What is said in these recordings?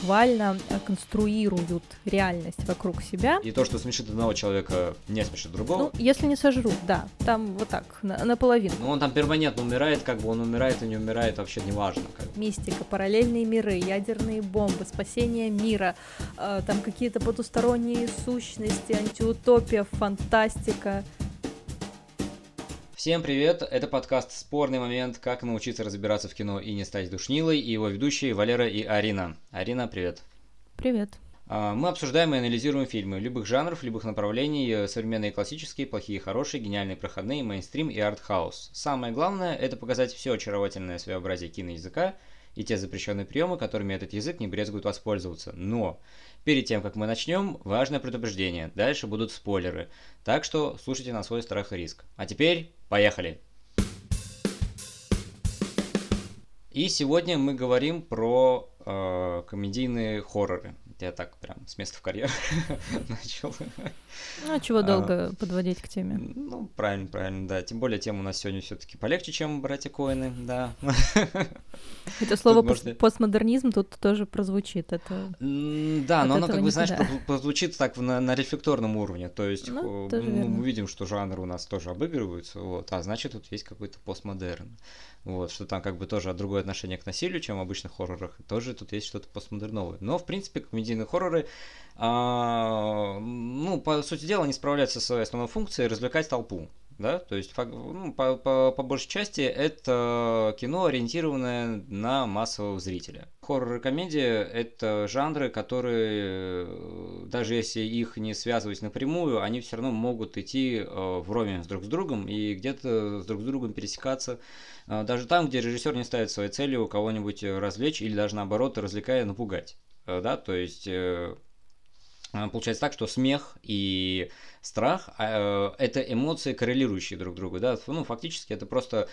буквально конструируют реальность вокруг себя. И то, что смешит одного человека, не смешит другого. Ну, если не сожрут, да, там вот так, наполовину. Ну, он там перманентно умирает, как бы он умирает и не умирает, вообще не важно. Мистика, параллельные миры, ядерные бомбы, спасение мира, там какие-то потусторонние сущности, антиутопия, фантастика. Всем привет, это подкаст «Спорный момент. Как научиться разбираться в кино и не стать душнилой», и его ведущие Валера и Арина. Арина, привет. Привет. Мы обсуждаем и анализируем фильмы любых жанров, любых направлений, современные и классические, плохие и хорошие, гениальные и проходные, мейнстрим и артхаус. Самое главное – это показать все очаровательное своеобразие киноязыка и те запрещенные приемы, которыми этот язык не брезгует воспользоваться. Но перед тем, как мы начнем, важное предупреждение. Дальше будут спойлеры. Так что слушайте на свой страх и риск. А теперь поехали! И сегодня мы говорим про комедийные хорроры. Я так прям с места в карьер начал. Ну, чего долго подводить к теме? Ну, правильно, да. Тем более тема у нас сегодня все-таки полегче, чем «Братья Коэны», да. Это слово постмодернизм тут тоже прозвучит. Это... Да, но оно, как бы, знаешь, прозвучит так на рефлекторном уровне. То есть мы видим, что жанры у нас тоже обыгрываются, вот, а значит, тут есть какой-то постмодерн. Вот, что там как бы тоже другое отношение к насилию, чем в обычных хоррорах. И тоже тут есть что-то постмодерновое. Но, в принципе, комедийные хорроры, ну, по сути дела, они справляются со своей основной функцией развлекать толпу. Да? То есть, по большей части, это кино, ориентированное на массового зрителя. Хоррор и комедия – это жанры, которые, даже если их не связывать напрямую, они все равно могут идти вровень друг с другом и где-то друг с другом пересекаться. Даже там, где режиссер не ставит своей целью кого-нибудь развлечь или даже наоборот, развлекая, напугать. Да? То есть получается так, что смех и страх это эмоции, коррелирующие друг к другу, да, ну, фактически это просто,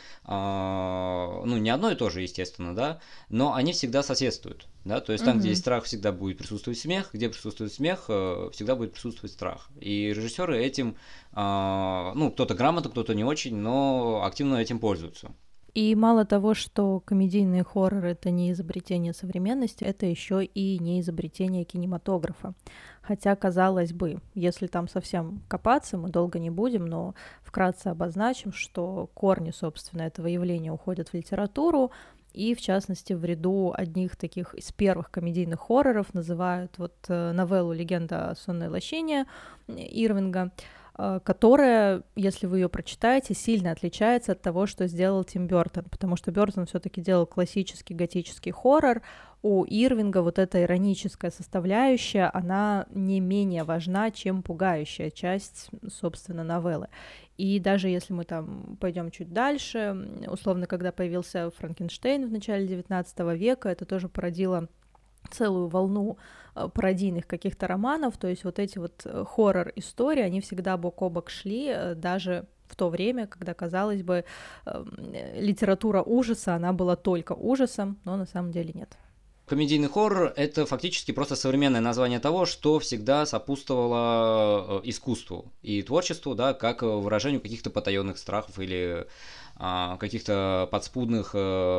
ну, не одно и то же, естественно, да, но они всегда соседствуют, да, то есть там, где есть страх, всегда будет присутствовать смех, где присутствует смех, всегда будет присутствовать страх, и режиссеры этим, ну, кто-то грамотно, кто-то не очень, но активно этим пользуются. И мало того, что комедийный хоррор — это не изобретение современности, это еще и не изобретение кинематографа. Хотя, казалось бы, если там совсем копаться, мы долго не будем, но вкратце обозначим, что корни, собственно, этого явления уходят в литературу, и, в частности, в ряду одних таких из первых комедийных хорроров называют вот новеллу «Легенда о сонной лощине» Ирвинга, которая, если вы ее прочитаете, сильно отличается от того, что сделал Тим Бёртон, потому что Бёртон все-таки делал классический готический хоррор. У Ирвинга вот эта ироническая составляющая, она не менее важна, чем пугающая часть, собственно, новеллы. И даже если мы там пойдем чуть дальше, условно, когда появился Франкенштейн в начале XIX века, это тоже породило целую волну пародийных каких-то романов, то есть вот эти вот хоррор-истории, они всегда бок о бок шли, даже в то время, когда, казалось бы, литература ужаса, она была только ужасом, но на самом деле нет. Комедийный хоррор – это фактически просто современное название того, что всегда сопутствовало искусству и творчеству, да, как выражению каких-то потаенных страхов или каких-то подспудных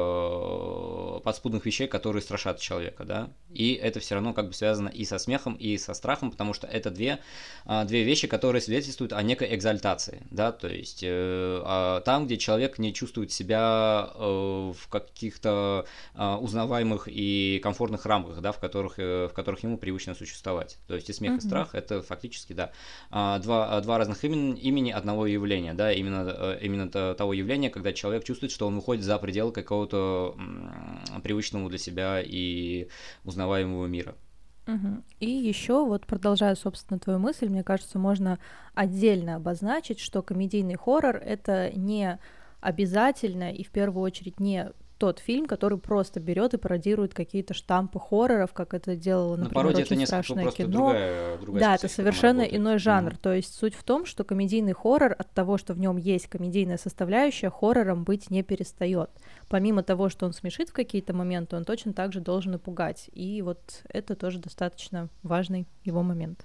вещей, которые страшат человека, да, и это все равно как бы связано и со смехом, и со страхом, потому что это две вещи, которые свидетельствуют о некой экзальтации, да, то есть там, где человек не чувствует себя в каких-то узнаваемых и комфортных рамках, да, в которых ему привычно существовать, то есть и смех, и страх – это фактически, да, два разных имени одного явления, да, именно того явления, когда человек чувствует, что он выходит за пределы какого-то привычного для себя и узнаваемого мира. И еще вот, продолжая, собственно, твою мысль, мне кажется, можно отдельно обозначить, что комедийный хоррор — это не обязательно и в первую очередь не тот фильм, который просто берет и пародирует какие-то штампы хорроров, как это делало, например, «Очень страшное кино». Да, это совершенно иной жанр. То есть суть в том, что комедийный хоррор от того, что в нем есть комедийная составляющая, хоррором быть не перестает. Помимо того, что он смешит в какие-то моменты, он точно так же должен и пугать. И вот это тоже достаточно важный его момент.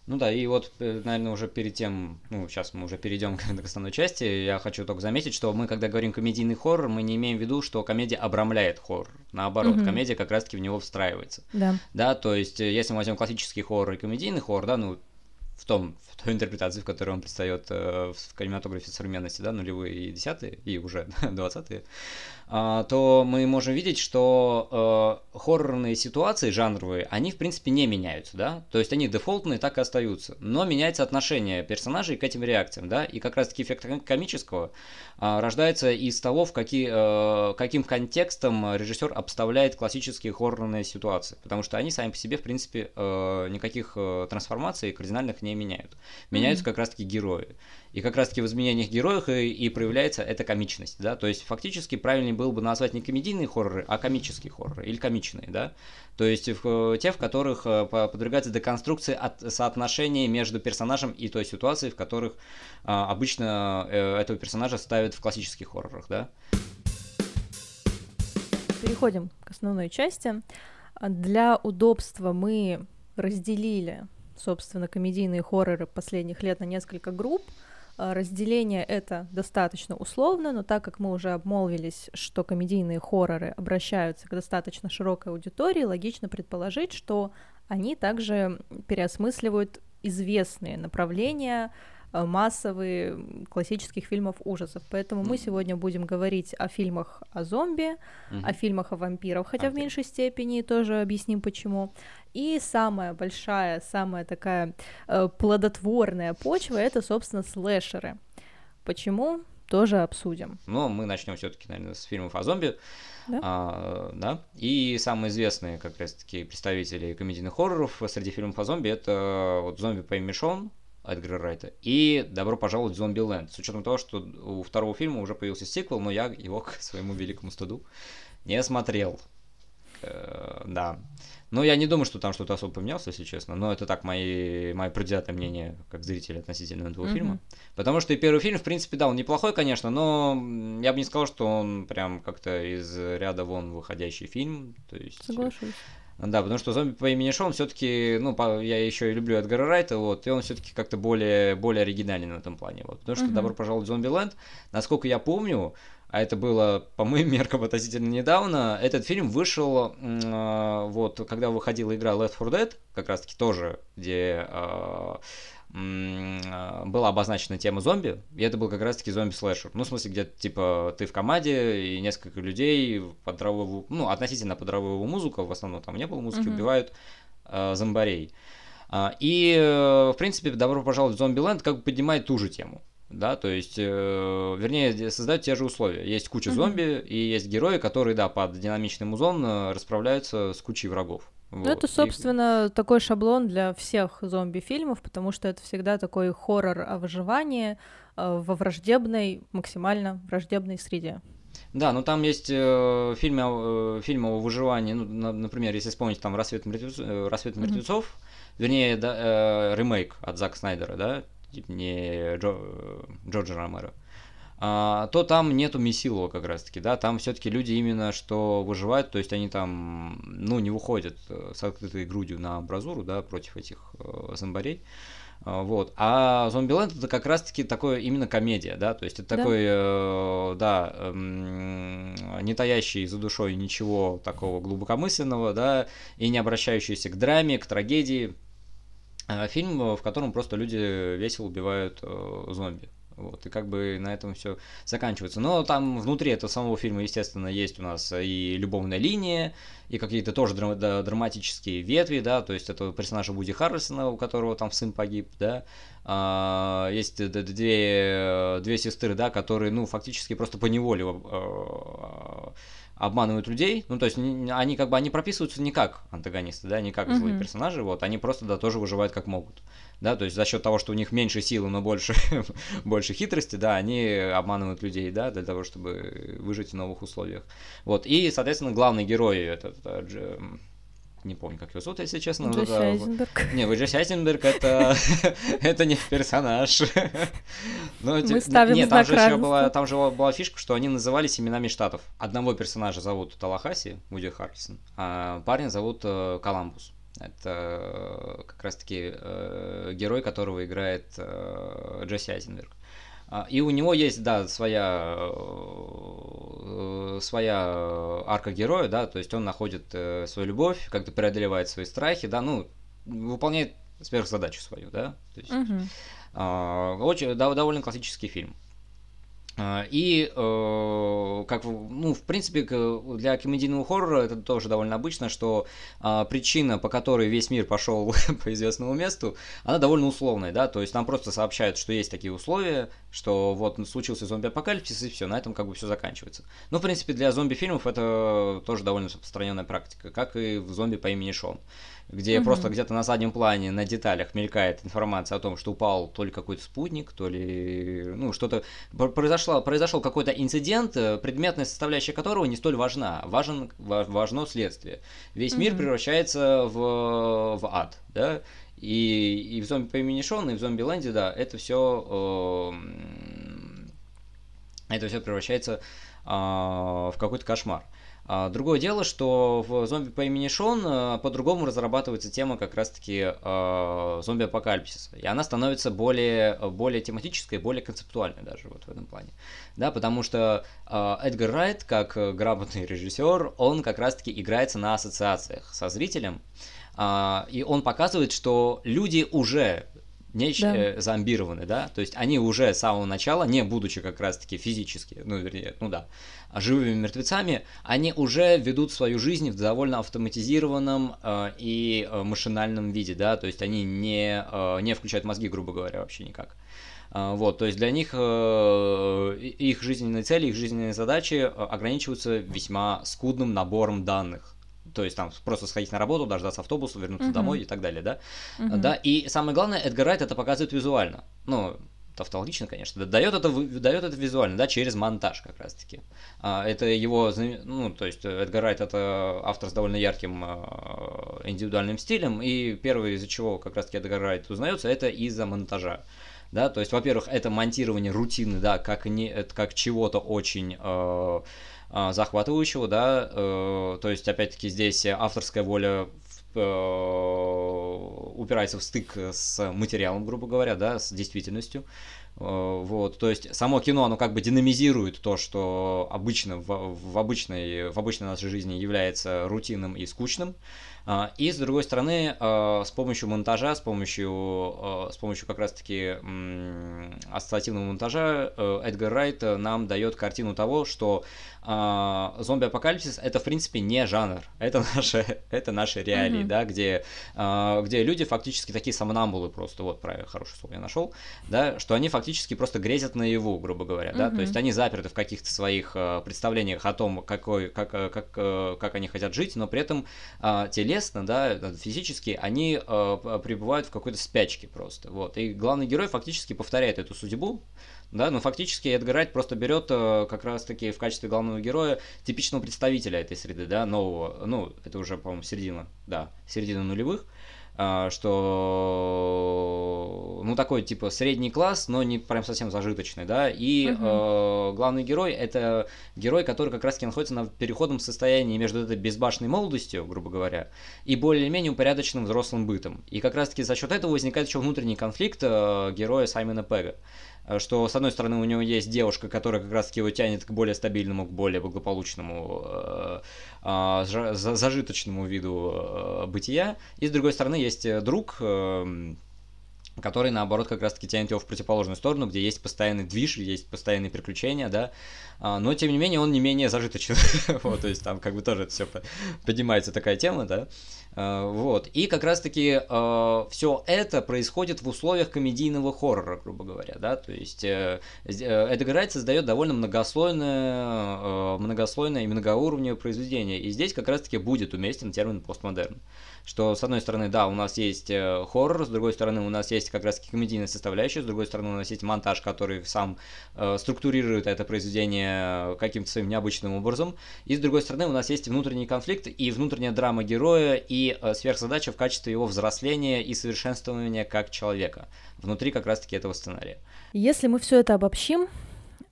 Ну да, и вот, наверное, уже перед тем, ну, сейчас мы уже перейдем к основной части, я хочу только заметить, что мы, когда говорим комедийный хоррор, мы не имеем в виду, что комедия обрамляет хоррор. Наоборот, комедия как раз-таки в него встраивается. Да. Да, то есть, если мы возьмем классический хоррор и комедийный хоррор, да, ну, в той интерпретации, в которой он предстает в кинематографе современности, да, нулевые и десятые, и уже 20-е, то мы можем видеть, что хоррорные ситуации жанровые, они, в принципе, не меняются, да, то есть они дефолтные так и остаются, но меняется отношение персонажей к этим реакциям, да, и как раз-таки эффект комического рождается из того, каким контекстом режиссер обставляет классические хоррорные ситуации, потому что они сами по себе, в принципе, никаких трансформаций кардинальных не меняют. Меняются как раз-таки герои. И как раз-таки в изменениях героев и проявляется эта комичность, да, то есть фактически правильнее было бы назвать не комедийные хорроры, а комические хорроры, или комичные, да, то есть те, в которых подвергается деконструкции от соотношения между персонажем и той ситуацией, в которых обычно этого персонажа ставят в классических хоррорах, да. Переходим к основной части. Для удобства мы разделили, собственно, комедийные хорроры последних лет на несколько групп. Разделение это достаточно условно, но так как мы уже обмолвились, что комедийные хорроры обращаются к достаточно широкой аудитории, логично предположить, что они также переосмысливают известные направления массовые классических фильмов ужасов. Поэтому мы сегодня будем говорить о фильмах о зомби, о фильмах о вампирах, хотя в меньшей степени, тоже объясним почему. И самая большая, самая такая плодотворная почва — это, собственно, слэшеры. Почему? Тоже обсудим. Но мы начнем все-таки, наверное, с фильмов о зомби. Да? Да. И самые известные, как раз-таки, представители комедийных хорроров среди фильмов о зомби — это вот «Зомби по имени Шон» Эдгара Райта и «Добро пожаловать в Зомбиленд». С учетом того, что у второго фильма уже появился сиквел, но я его, к своему великому стыду, не смотрел. Да. Но я не думаю, что там что-то особо поменялось, если честно. Но это так, мое предвзятое мнение, как зрителя относительно этого фильма. Потому что и первый фильм, в принципе, да, он неплохой, конечно, но я бы не сказал, что он прям как-то из ряда вон выходящий фильм. То есть... Соглашусь. Да, потому что «Зомби по имени Шон» все-таки, ну, я еще и люблю Эдгара Райта, вот, и он все-таки как-то более оригинальный на этом плане, вот. Потому что «Добро пожаловать в Зомбиленд», насколько я помню, а это было, по моим меркам, относительно недавно, этот фильм вышел, вот, когда выходила игра Left 4 Dead, как раз-таки тоже, где была обозначена тема зомби, и это был как раз-таки зомби-слэшер. Ну, в смысле, где, типа, ты в команде, и несколько людей под дровую, ну, относительно под дровую музыку, в основном там не было музыки, убивают зомбарей. И, в принципе, «Добро пожаловать в Зомбиленд» как бы поднимает ту же тему. Да, то есть, вернее, создают те же условия. Есть куча зомби, и есть герои, которые, да, под динамичный музон расправляются с кучей врагов. Вот. Ну, это, собственно, такой шаблон для всех зомби-фильмов, потому что это всегда такой хоррор о выживании во враждебной, максимально враждебной среде. Да, но там есть фильмы о выживании, ну, например, если вспомнить там «Рассвет мертвецов», вернее, да, ремейк от Зака Снайдера, да, типа не Джорджа Ромеро, то там нету месилова как раз-таки, да, там все-таки люди именно что выживают, то есть они там, ну, не выходят с открытой грудью на амбразуру, да, против этих зомбарей, вот, а «Зомбиленд» это как раз-таки такое именно комедия, да, то есть это такой, не таящий за душой ничего такого глубокомысленного, да, и не обращающийся к драме, к трагедии, фильм, в котором просто люди весело убивают зомби. Вот, и как бы на этом все заканчивается. Но там внутри этого самого фильма, естественно, есть у нас и любовная линия, и какие-то тоже драматические ветви, да, то есть это персонажа Вуди Харрельсона, у которого там сын погиб, да, есть две сестры, да, которые, ну, фактически просто поневоле обманывают людей, ну, то есть они как бы, они прописываются не как антагонисты, да, не как злые персонажи, вот, они просто, да, тоже выживают как могут, да, то есть за счет того, что у них меньше силы, но больше хитрости, да, они обманывают людей, да, для того, чтобы выжить в новых условиях, вот, и, соответственно, главный герой, этот, не помню, как его зовут, если честно. Джесси Айзенберг. Не, Джесси Айзенберг это не персонаж. Мы ставим знак равенства. Там же была фишка, что они назывались именами штатов. Одного персонажа зовут Талахаси, Вуди Харрельсон, а парня зовут Коламбус. Это как раз-таки герой, которого играет Джесси Айзенберг. И у него есть, да, своя арка героя, да, то есть он находит свою любовь, как-то преодолевает свои страхи, да, ну, выполняет сверхзадачу свою, да, то есть очень довольно классический фильм. И, как, ну, в принципе, для комедийного хоррора это тоже довольно обычно, что причина, по которой весь мир пошел по известному месту, она довольно условная, да, то есть нам просто сообщают, что есть такие условия, что вот случился зомби-апокалипсис, и все, на этом как бы все заканчивается. Ну, в принципе, для зомби-фильмов это тоже довольно распространенная практика, как и в «Зомби по имени Шон», где просто где-то на заднем плане, на деталях мелькает информация о том, что упал то ли какой-то спутник, то ли, ну, что-то, произошел какой-то инцидент, предметная составляющая которого не столь важна, важно следствие. Весь мир превращается в ад, да, и в «Зомби по имени Шон», и в «Зомби-ленде», да, это все превращается в какой-то кошмар. Другое дело, что в «Зомби по имени Шон» по-другому разрабатывается тема как раз-таки зомби-апокалипсиса. И она становится более тематической, более концептуальной даже вот в этом плане. Да, потому что Эдгар Райт, как грамотный режиссер, он как раз-таки играется на ассоциациях со зрителем. И он показывает, что люди уже зомбированы, да, то есть они уже с самого начала, не будучи как раз-таки физически, ну, вернее, ну да, живыми мертвецами, они уже ведут свою жизнь в довольно автоматизированном и машинальном виде, да, то есть они не включают мозги, грубо говоря, вообще никак. Вот, то есть для них их жизненные цели, их жизненные задачи ограничиваются весьма скудным набором данных. То есть там просто сходить на работу, дождаться автобуса, вернуться домой и так далее, да? Да, и самое главное, Эдгар Райт это показывает визуально. Ну, тавтологично, конечно, дает это визуально, да, через монтаж как раз-таки. Это его, ну, то есть Эдгар Райт это автор с довольно ярким индивидуальным стилем, и первое, из-за чего как раз-таки Эдгар Райт узнается, это из-за монтажа. Да, то есть, во-первых, это монтирование рутины, да, как чего-то очень захватывающего, да, то есть, опять-таки, здесь авторская воля упирается в стык с материалом, грубо говоря, да, с действительностью. Вот, то есть само кино, оно как бы динамизирует то, что обычно в обычной нашей жизни является рутинным и скучным. И, с другой стороны, с помощью монтажа, с помощью как раз-таки ассоциативного монтажа Эдгар Райт нам дает картину того, что зомби-апокалипсис это, в принципе, не жанр, это наши реалии, да, где люди фактически такие сомнамбулы просто, вот, правильно, хорошее слово я нашел, да, что они фактически просто грезят наяву, грубо говоря, да, то есть они заперты в каких-то своих представлениях о том, как они хотят жить, но при этом телесно, да, физически они пребывают в какой-то спячке просто, вот, и главный герой фактически повторяет эту судьбу, да, но фактически Эдгар Райт просто берет как раз-таки в качестве главного героя типичного представителя этой среды, да, нового, ну, это уже, по-моему, середина нулевых, что, ну, такой, типа, средний класс, но не прям совсем зажиточный, да, и главный герой – это герой, который как раз-таки находится на переходном состоянии между этой безбашенной молодостью, грубо говоря, и более-менее упорядоченным взрослым бытом. И как раз-таки за счет этого возникает еще внутренний конфликт героя Саймона Пегга, что, с одной стороны, у него есть девушка, которая как раз-таки его тянет к более стабильному, к более благополучному, зажиточному виду бытия, и, с другой стороны, есть друг, который, наоборот, как раз-таки тянет его в противоположную сторону, где есть постоянный движ, есть постоянные приключения, да, но, тем не менее, он не менее зажиточен, вот, то есть там как бы тоже это все поднимается такая тема, да, вот, и как раз-таки все это происходит в условиях комедийного хоррора, грубо говоря, да, то есть Эдгар Райт создает довольно многослойное и многоуровневое произведение, и здесь как раз-таки будет уместен термин постмодерн. Что, с одной стороны, да, у нас есть хоррор, с другой стороны, у нас есть как раз комедийная составляющая, с другой стороны, у нас есть монтаж, который сам структурирует это произведение каким-то своим необычным образом, и, с другой стороны, у нас есть внутренний конфликт и внутренняя драма героя, и сверхзадача в качестве его взросления и совершенствования как человека внутри как раз-таки этого сценария. Если мы все это обобщим,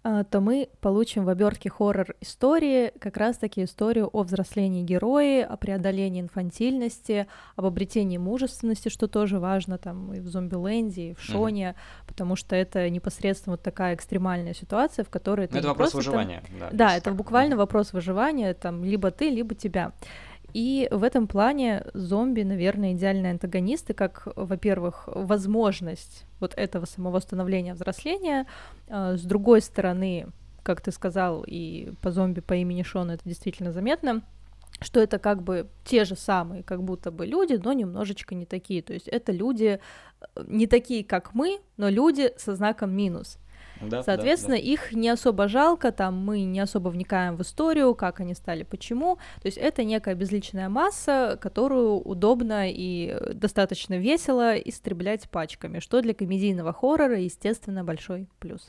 то мы получим в обертке хоррор-истории как раз-таки историю о взрослении героя, о преодолении инфантильности, об обретении мужественности, что тоже важно там и в «Зомбиленде», и в «Шоне», потому что это непосредственно вот такая экстремальная ситуация, в которой ты это вопрос выживания. Да, это буквально вопрос выживания, там, либо ты, либо тебя. И в этом плане зомби, наверное, идеальные антагонисты, как, во-первых, возможность вот этого самого становления, взросления, с другой стороны, как ты сказал, и по зомби по имени Шон это действительно заметно, что это как бы те же самые, как будто бы люди, но немножечко не такие, то есть это люди не такие, как мы, но люди со знаком минус. Да, соответственно, их не особо жалко, там мы не особо вникаем в историю, как они стали, почему. То есть это некая безличная масса, которую удобно и достаточно весело истреблять пачками, что для комедийного хоррора, естественно, большой плюс.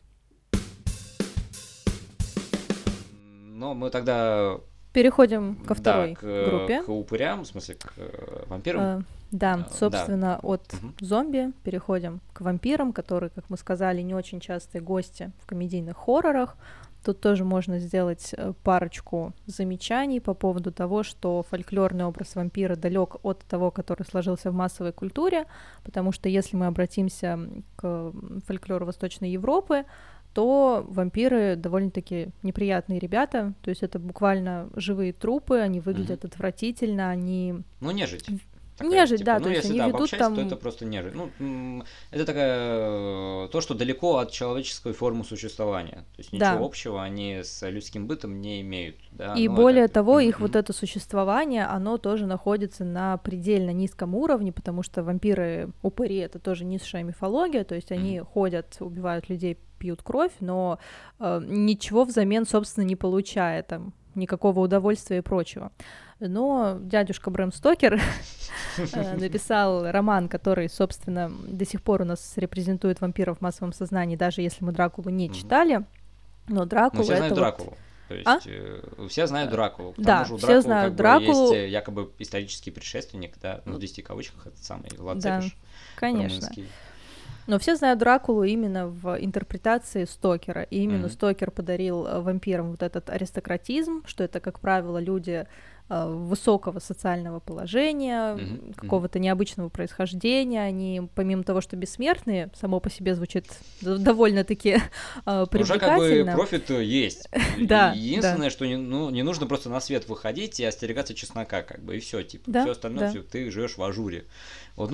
Но мы тогда... Переходим ко второй группе. К упырям, в смысле, к вампирам. Да, собственно, от зомби переходим к вампирам, которые, как мы сказали, не очень частые гости в комедийных хоррорах. Тут тоже можно сделать парочку замечаний по поводу того, что фольклорный образ вампира далек от того, который сложился в массовой культуре, потому что если мы обратимся к фольклору Восточной Европы, то вампиры довольно-таки неприятные ребята, то есть это буквально живые трупы, они выглядят отвратительно, они... Ну, нежить. Такая, нежить, типа, да, то есть если они ведут там... то это просто нежить. Ну, это такая... То, что далеко от человеческой формы существования. То есть ничего общего они с людским бытом не имеют. Да? И более того, их вот это существование, оно тоже находится на предельно низком уровне, потому что вампиры-упыри — это тоже низшая мифология, то есть они ходят, убивают людей, пьют кровь, но ничего взамен, собственно, не получая, там, никакого удовольствия и прочего. Но дядюшка Брэм Стокер написал роман, который, собственно, до сих пор у нас репрезентует вампиров в массовом сознании, даже если мы Дракулу не читали. Но Дракула — все знают это Дракулу. То есть все знают Дракулу. Да, все знают Дракулу. Есть якобы исторический предшественник, да, ну, в 10 кавычках, этот самый Влад Цепиш. Конечно. Но все знают Дракулу именно в интерпретации Стокера. И именно Стокер подарил вампирам вот этот аристократизм, что это, как правило, люди высокого социального положения, какого-то необычного происхождения. Они, помимо того, что бессмертные, само по себе звучит довольно-таки привлекательно. Уже как бы профит есть. Да, единственное, что не нужно просто на свет выходить и остерегаться чеснока, как бы, и все, типа, все остальное ты живешь в ажуре. Вот,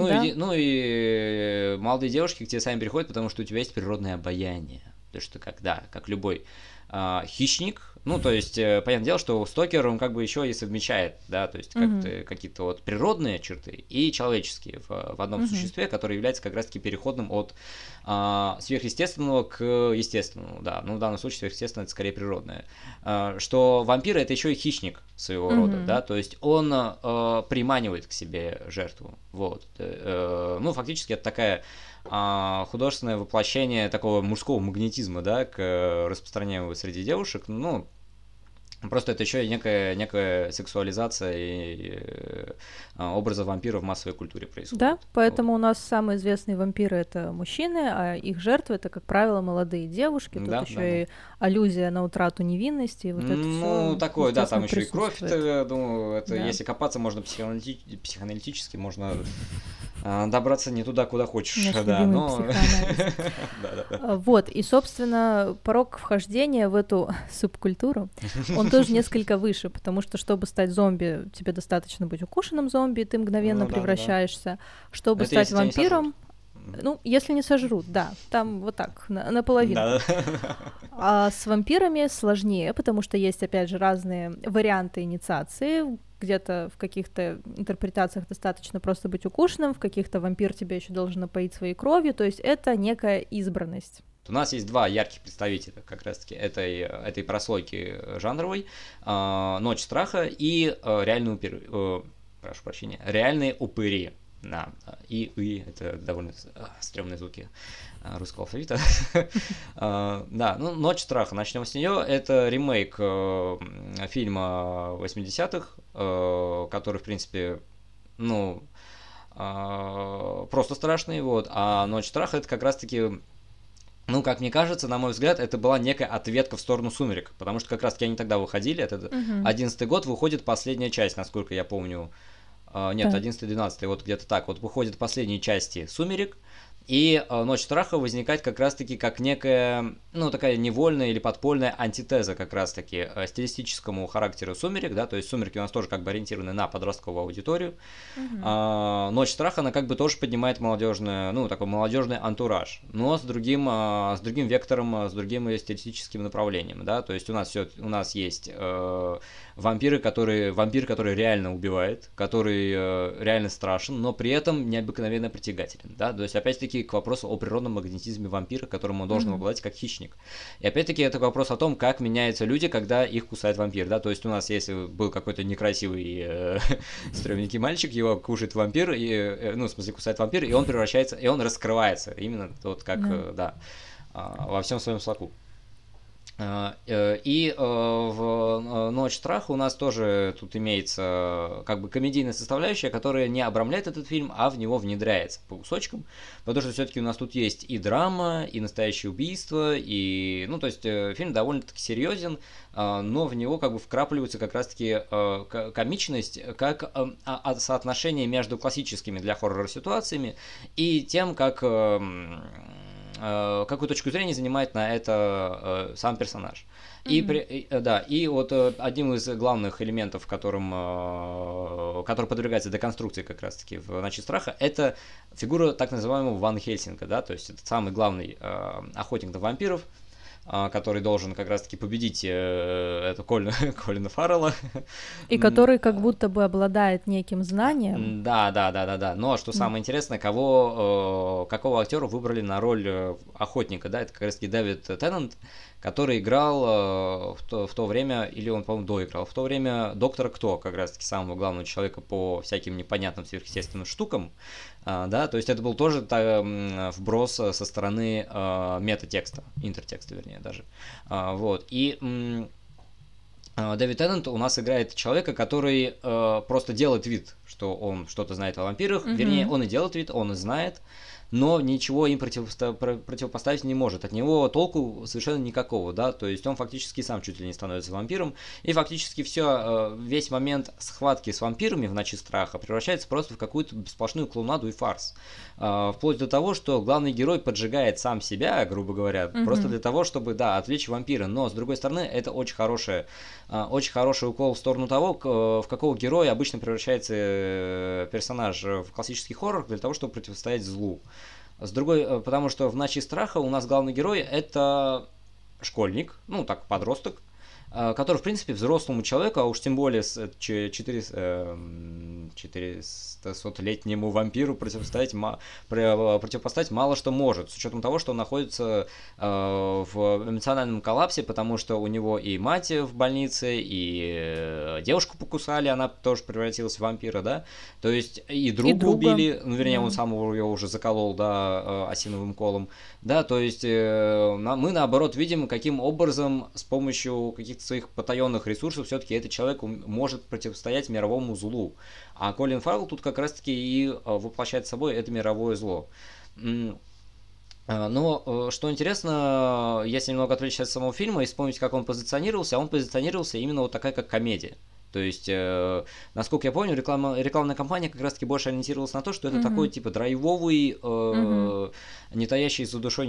и молодые девушки к тебе сами приходят, потому что у тебя есть природное обаяние. То есть, как любой хищник, ну, то есть, понятное дело, что Стокер, он как бы еще и совмещает, да, то есть какие-то вот природные черты и человеческие в одном существе, которое является как раз-таки переходным от сверхъестественного к естественному, да, ну, в данном случае сверхъестественное — это скорее природное, что вампир — это еще и хищник своего рода, да, то есть он приманивает к себе жертву, вот, ну, фактически это такая художественное воплощение такого мужского магнетизма, да, к распространяемому среди девушек, ну, просто это еще и некая сексуализация и образа вампира в массовой культуре происходит. Да, поэтому у нас самые известные вампиры — это мужчины, а их жертвы — это, как правило, молодые девушки. Тут еще и аллюзия на утрату невинности. И вот это ну, такое, да, там еще и кровь, думаю, это если копаться, можно психоаналитически, можно добраться не туда, куда хочешь. Да, но... Вот, и, собственно, порог вхождения в эту субкультуру, он тоже несколько выше, потому что, чтобы стать зомби, тебе достаточно быть укушенным зомби, ты мгновенно превращаешься. Чтобы стать вампиром... Ну, если не сожрут, да, там вот так, наполовину. А с вампирами сложнее, потому что есть, опять же, разные варианты инициации. Где-то в каких-то интерпретациях достаточно просто быть укушенным, в каких-то вампир тебя еще должен напоить своей кровью, то есть это некая избранность. У нас есть два ярких представителя как раз-таки этой прослойки жанровой: «Ночь страха» и реальные упыри. Да, и это довольно стрёмные звуки русского алфавита. Да, ну, «Ночь страха», начнем с нее. Это ремейк фильма 80-х, который, в принципе, ну, просто страшный, вот. А «Ночь страха» — это как раз-таки Ну, как мне кажется, на мой взгляд, это была некая ответка в сторону «Сумерек», потому что как раз-таки они тогда выходили, это 11-й год, выходит последняя часть, насколько я помню. Нет, 11-12, вот где-то так. Вот выходят последние части «Сумерек», и «Ночь страха» возникает как раз-таки как некая, ну, такая невольная или подпольная антитеза как раз-таки стилистическому характеру «Сумерек», да, то есть «Сумерки» у нас тоже как бы ориентированы на подростковую аудиторию. «Ночь страха», она как бы тоже поднимает молодежный, ну, такой молодежный антураж, но с другим вектором, с другим стилистическим направлением, да, то есть у нас есть вампир, который реально убивает, который реально страшен, но при этом необыкновенно притягателен, да, то есть опять-таки к вопросу о природном магнетизме вампира, которым он должен обладать как хищник. И опять-таки это вопрос о том, как меняются люди, когда их кусает вампир, да, то есть у нас, если был какой-то некрасивый стрёмненький мальчик, его кушает вампир, ну, в смысле, кусает вампир, и он превращается, и он раскрывается, именно вот как, во всем своем соку. И в «Ночь страха» у нас тоже тут имеется как бы комедийная составляющая, которая не обрамляет этот фильм, а в него внедряется по кусочкам, потому что все-таки у нас тут есть и драма, и настоящее убийство, и, ну, то есть фильм довольно-таки серьезен, но в него как бы вкрапливается как раз-таки комичность, как соотношение между классическими для хоррора ситуациями и тем, как какую точку зрения занимает на это сам персонаж. И вот одним из главных элементов, который подвергается деконструкции как раз-таки в «Ночи страха», это фигура так называемого Ван Хельсинга, да, то есть это самый главный охотник на вампиров, который должен как раз-таки победить эту Колина Фаррелла. И который как будто бы обладает неким знанием. Да. Но что самое интересное, какого актера выбрали на роль охотника, да, это как раз-таки Дэвид Теннант, который играл в то время, или он, по-моему, доиграл, в то время «Доктора Кто», как раз-таки самого главного человека по всяким непонятным сверхъестественным штукам, да, то есть это был тоже вброс со стороны метатекста, интертекста, вернее, даже, вот, и Дэвид Теннант у нас играет человека, который просто делает вид, что он что-то знает о вампирах, вернее, он и делает вид, он и знает, но ничего им противопоставить не может. От него толку совершенно никакого, да, то есть он фактически сам чуть ли не становится вампиром, и фактически весь момент схватки с вампирами в «Ночи страха» превращается просто в какую-то сплошную клоунаду и фарс. Вплоть до того, что главный герой поджигает сам себя, грубо говоря, просто для того, чтобы, да, отвлечь вампира, но, с другой стороны, это очень хороший укол в сторону того, в какого героя обычно превращается персонаж в классический хоррор для того, чтобы противостоять злу. Потому что в «Ночи страха» у нас главный герой это школьник, ну так, подросток, который, в принципе, взрослому человеку, а уж тем более с 400-летнему вампиру противопоставить мало что может, с учетом того, что он находится в эмоциональном коллапсе, потому что у него и мать в больнице, и девушку покусали, она тоже превратилась в вампира, да, то есть и друга убили, ну, вернее, он сам его уже заколол, да, осиновым колом, да, то есть мы, наоборот, видим, каким образом с помощью каких-то своих потаенных ресурсов все-таки этот человек может противостоять мировому злу. А Колин Фаррелл тут как раз-таки и воплощает собой это мировое зло. Но, что интересно, если немного отвлечься от самого фильма и вспомнить, как он позиционировался, именно вот такая, как комедия. То есть, насколько я помню, рекламная кампания как раз-таки больше ориентировалась на то, что это такой, типа, драйвовый, не таящий за душой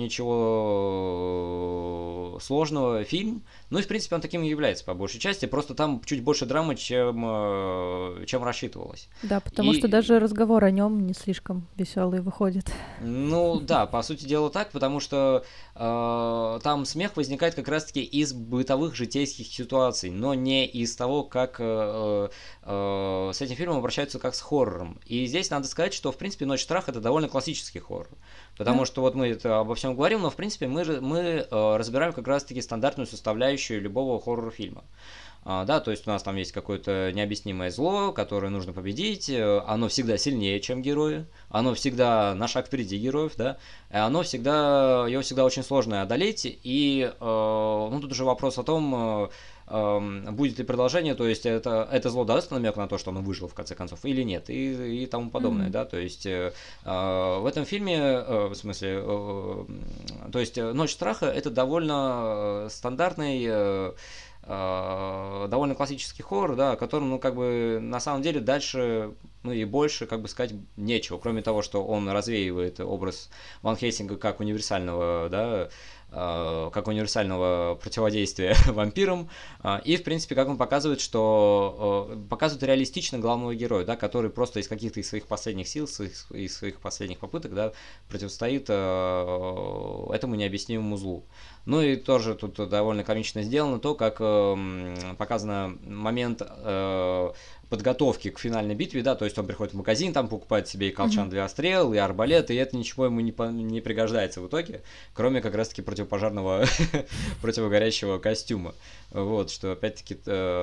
ничего сложного фильм. Ну и, в принципе, он таким и является, по большей части. Просто там чуть больше драмы, чем рассчитывалось. Да, потому что даже разговор о нем не слишком веселый выходит. Ну, да, по сути дела так, потому что там смех возникает как раз-таки из бытовых житейских ситуаций, но не из того, как с этим фильмом обращаются как с хоррором. И здесь надо сказать, что, в принципе, «Ночь страха» — это довольно классический хоррор. Потому что вот мы это обо всем говорим, но, в принципе, мы разбираем как раз-таки стандартную составляющую любого хоррор-фильма. Да, то есть у нас там есть какое-то необъяснимое зло, которое нужно победить, оно всегда сильнее, чем герои, оно всегда на шаг впереди героев, да, его всегда очень сложно одолеть, и, ну, тут уже вопрос о том, будет ли продолжение, то есть это зло даст намек на то, что он выжил в конце концов, или нет, и тому подобное, да, то есть в этом фильме, в смысле, то есть «Ночь страха» — это довольно стандартный, довольно классический хоррор, да, о котором, ну, как бы, на самом деле дальше, ну, и больше, как бы, сказать нечего, кроме того, что он развеивает образ Ван Хельсинга как универсального, да, как универсального противодействия вампирам, и, в принципе, как он показывает, что показывает реалистично главного героя, да, который просто из каких-то из своих последних сил, из своих последних попыток, да, противостоит этому необъяснимому злу. Ну и тоже тут довольно комично сделано то, как показано момент подготовки к финальной битве, да, то есть он приходит в магазин, там покупает себе и колчан для стрел, и арбалет, и это ничего ему не пригождается в итоге, кроме как раз-таки противопожарного, противогорящего костюма. Вот, что опять-таки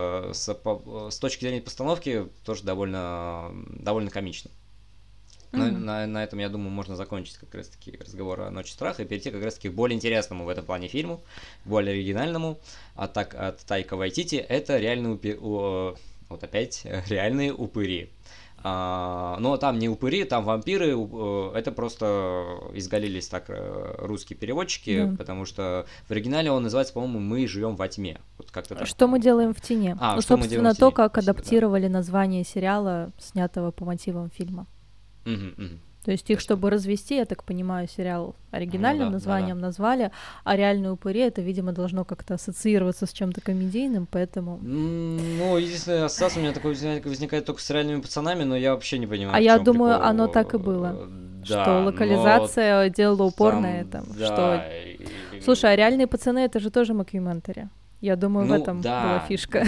с точки зрения постановки тоже довольно комично. Но на этом, я думаю, можно закончить как раз-таки разговор о «Ночи страха» и перейти как раз-таки к более интересному в этом плане фильму, более оригинальному, от Тайка Вайтити. Это вот опять реальные упыри. Но там не упыри, там вампиры, это просто изгалились так русские переводчики, да. Потому что в оригинале он называется, по-моему, «Мы живем во тьме». Вот как-то так. «Что мы делаем в тени». Ну, собственно, то, как адаптировали название сериала, снятого по мотивам фильма. То есть их, чтобы развести, я так понимаю, сериал оригинальным названием назвали, а «Реальные упыри» это, видимо, должно как-то ассоциироваться с чем-то комедийным, поэтому... Ну, единственная ассоциация у меня такой возникает только с «Реальными пацанами», но я вообще не понимаю, я думаю, прикол. Оно так и было, да, что локализация делала упор на этом. Да, что... Слушай, а «Реальные пацаны» это же тоже мокюментари. Я думаю, в этом была фишка.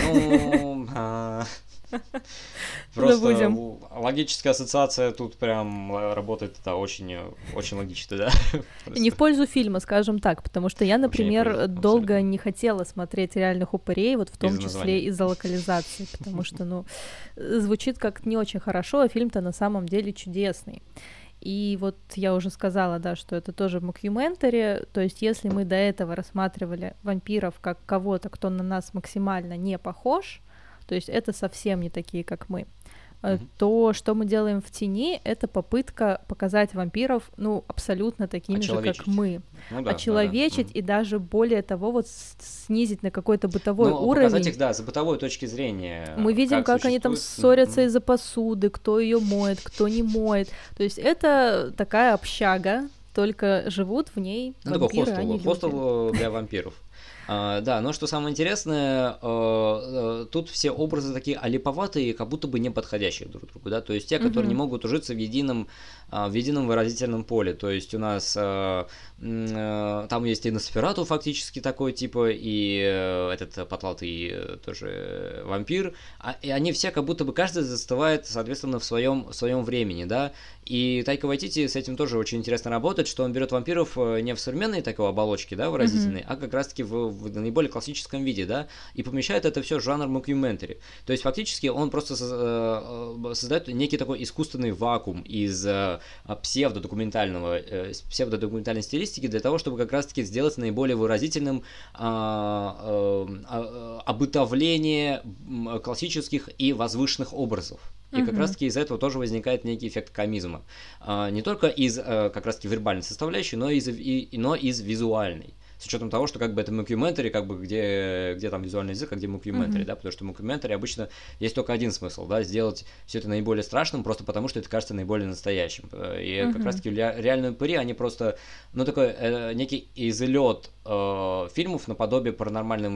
Просто логическая ассоциация тут прям работает, да, очень, очень логично, да. Не в пользу фильма, скажем так, потому что я, например, долго не хотела смотреть «Реальных упырей», вот в том числе из-за локализации, потому что, ну, звучит как не очень хорошо, а фильм-то на самом деле чудесный. И вот я уже сказала, да, что это тоже мокюментари, то есть если мы до этого рассматривали вампиров как кого-то, кто на нас максимально не похож, то есть это совсем не такие, как мы, то, что мы делаем в «Тени», это попытка показать вампиров, ну, абсолютно такими же, как мы. Ну, да, очеловечить и даже более того, вот снизить на какой-то бытовой уровень. Показать их, да, с бытовой точки зрения. Мы видим, как они там ссорятся из-за посуды, кто ее моет, кто не моет. То есть это такая общага, только живут в ней вампиры, а не люди. Хостел для вампиров. Да, но что самое интересное, тут все образы такие олиповатые, как будто бы не подходящие друг другу, да, то есть те, которые не могут ужиться в едином выразительном поле, то есть у нас там есть и Носферату фактически такой, типа, и этот потлатый тоже вампир, и они все как будто бы каждый застывает, соответственно, в своем времени, да, и Тайка Вайтити с этим тоже очень интересно работает, что он берет вампиров не в современной такой оболочке, да, выразительной, а как раз-таки в наиболее классическом виде, да, и помещает это все в жанр мокюментари. То есть фактически он просто создает некий такой искусственный вакуум из псевдодокументальной стилистики для того, чтобы как раз-таки сделать наиболее выразительным обытовление классических и возвышенных образов. И как раз-таки из этого тоже возникает некий эффект комизма. Не только из как раз-таки вербальной составляющей, но и из визуальной. С учетом того, что как бы это мокюментари, как бы где там визуальный язык, а где мокюментари, да, потому что мокюментари обычно есть только один смысл, да, сделать все это наиболее страшным, просто потому что это кажется наиболее настоящим. И как раз-таки реальные упыри, они просто, ну, такой некий излет фильмов наподобие «Паранормального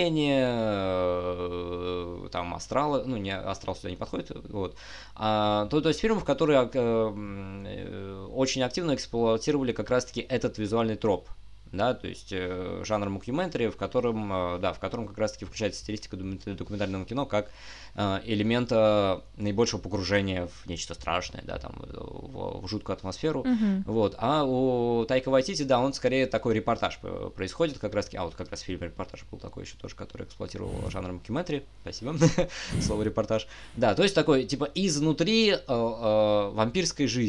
явления», там «Астрала», ну, не «Астрал» сюда не подходит, вот, то есть фильмов, которые очень активно эксплуатировали как раз-таки этот визуальный троп. Да, то есть жанр мокюментари, в котором как раз-таки включается стилистика документального кино как элемента наибольшего погружения в нечто страшное, да, там, в жуткую атмосферу, вот, а у Тайка Вайтити, да, он скорее такой репортаж происходит, как раз-таки, вот как раз фильм «Репортаж» был такой еще тоже, который эксплуатировал жанр мокюментари, спасибо, слово «репортаж», да, то есть такой, типа, изнутри вампирской жизни.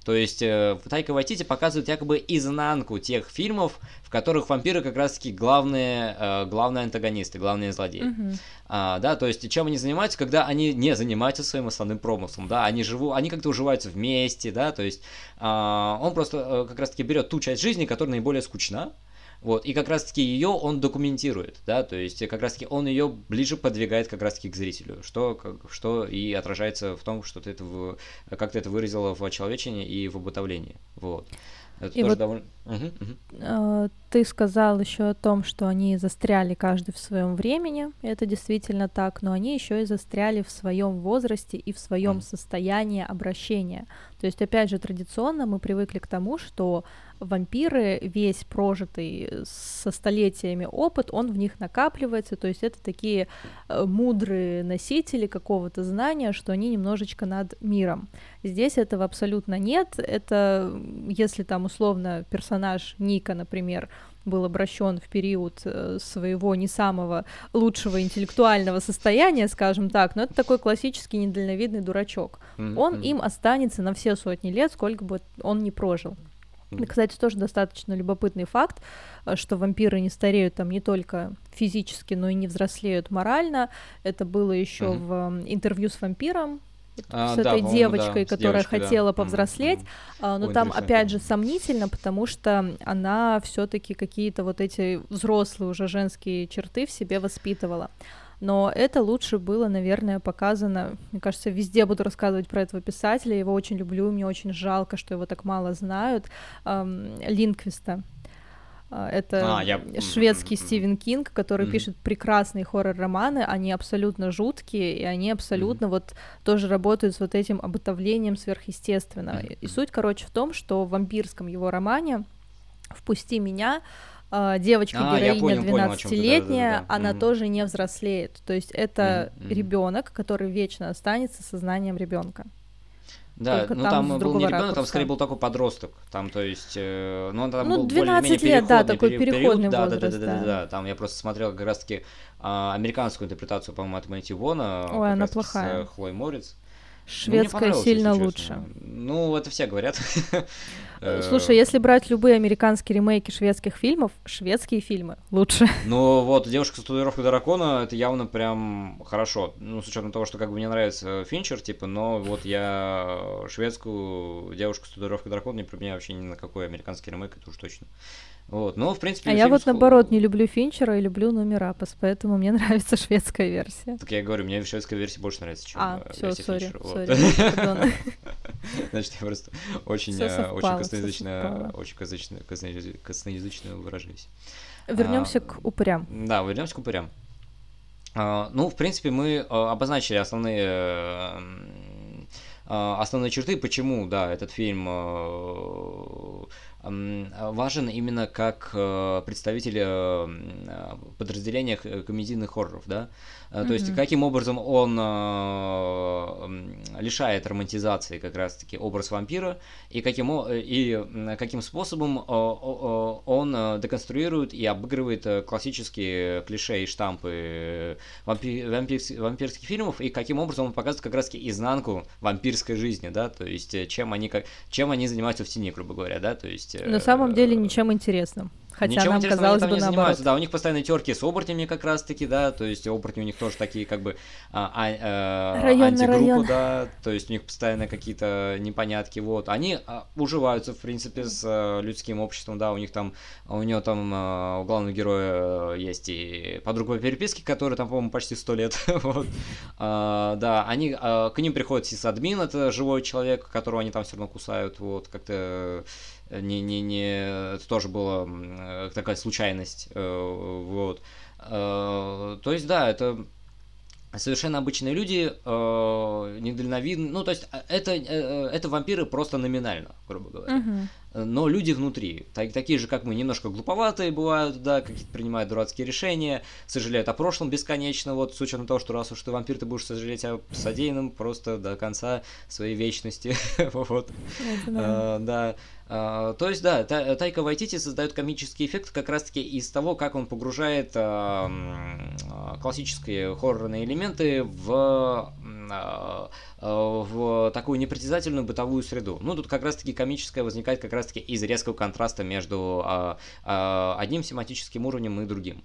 То есть Тайка Вайтити показывает якобы изнанку тех фильмов, в которых вампиры как раз-таки главные антагонисты, главные злодеи. Да, то есть чем они занимаются, когда они не занимаются своим основным промыслом, да, они как-то уживаются вместе, да, то есть он просто как раз-таки берет ту часть жизни, которая наиболее скучна, вот, и как раз-таки ее он документирует, да, то есть как раз-таки он ее ближе подвигает как раз-таки к зрителю, что и отражается в том, что ты как ты это выразила в очеловечении и в обытовлении, вот. Это и тоже вот довольно... Ты сказал еще о том, что они застряли каждый в своем времени, это действительно так, но они еще и застряли в своем возрасте и в своем состоянии обращения. То есть, опять же, традиционно мы привыкли к тому, что вампиры, весь прожитый со столетиями опыт, он в них накапливается, то есть это такие мудрые носители какого-то знания, что они немножечко над миром. Здесь этого абсолютно нет, это если там условно персонаж Ника, например, был обращен в период своего не самого лучшего интеллектуального состояния, скажем так, но это такой классический недальновидный дурачок. Он им останется на все сотни лет, сколько бы он ни прожил. Кстати, тоже достаточно любопытный факт, что вампиры не стареют там не только физически, но и не взрослеют морально. Это было еще в интервью с вампиром, с этой девочкой, которая хотела повзрослеть, но там опять же сомнительно, потому что она все-таки какие-то вот эти взрослые уже женские черты в себе воспитывала. Но это лучше было, наверное, показано, мне кажется, везде буду рассказывать про этого писателя, я его очень люблю, мне очень жалко, что его так мало знают, Линквиста. Это шведский Стивен Кинг, который пишет прекрасные хоррор-романы, они абсолютно жуткие, и они абсолютно вот тоже работают с вот этим обытовлением сверхъестественного. И суть, короче, в том, что в вампирском его романе «Впусти меня» девочка-героиня 12-летняя, она тоже не взрослеет. То есть это ребенок, который вечно останется сознанием ребенка. Да, только ну там был не ребенок, ракурса. там скорее был такой подросток. Там, то есть, он там был 12 более-менее лет, да, такой переходный период. возраст. Да. Там я просто смотрел как раз-таки американскую интерпретацию, по-моему, от Мэтью Вона. Ой, она плохая. С Хлоей Морец. Шведская сильно лучше. Ну, это все говорят. Слушай, если брать любые американские ремейки шведских фильмов, шведские фильмы лучше. Ну вот, «Девушка с татуировкой дракона» — это явно прям хорошо. Ну, с учетом того, что как бы мне нравится Финчер, типа, но вот я шведскую «Девушку с татуировкой дракона» не променяю вообще ни на какой американский ремейк, это уж точно. Вот, но в принципе... я вот наоборот не люблю Финчера и люблю Нуми Рапас, поэтому мне нравится шведская версия. Так я говорю, мне шведская версия больше нравится, чем версия Финчера. Значит, я просто очень косноязычно выражаюсь. Вернемся к упырям. Да, вернемся к упырям. Ну, в принципе, мы обозначили основные черты, почему, да, этот фильм важен именно как представитель подразделения комедийных хорроров, да, то есть каким образом он лишает романтизации как раз-таки образ вампира и каким способом он деконструирует и обыгрывает классические клише и штампы вампирских фильмов, и каким образом он показывает как раз-таки изнанку вампирской жизни, да, то есть чем они занимаются в тени, грубо говоря, да, то есть... На самом деле ничем интересным. Хотя ничем нам казалось бы наоборот. Да, у них постоянно терки с оборотнями как раз-таки, да, то есть оборотни у них тоже такие как бы антигруппа, да, то есть у них постоянно какие-то непонятки, вот. Они уживаются, в принципе, с людским обществом, да, у него там у главного героя есть и подруга по переписке, которая там, по-моему, почти 100 лет, вот. Да, к ним приходит сисадмин, это живой человек, которого они там все равно кусают, вот, как-то... это тоже была такая случайность, вот. То есть, да, это совершенно обычные люди, недальновидные, ну, то есть, это вампиры просто номинально, грубо говоря. Но люди внутри, такие же, как мы, немножко глуповатые бывают, да, какие-то принимают дурацкие решения, сожалеют о прошлом бесконечно, вот, с учетом того, что раз уж ты вампир, ты будешь сожалеть о содеянном просто до конца своей вечности, вот, да. То есть, да, Тайка Вайтити создает комический эффект как раз-таки из того, как он погружает классические хоррорные элементы в в такую непритязательную бытовую среду. Ну, тут как раз-таки комическое возникает как раз-таки из резкого контраста между одним семантическим уровнем и другим.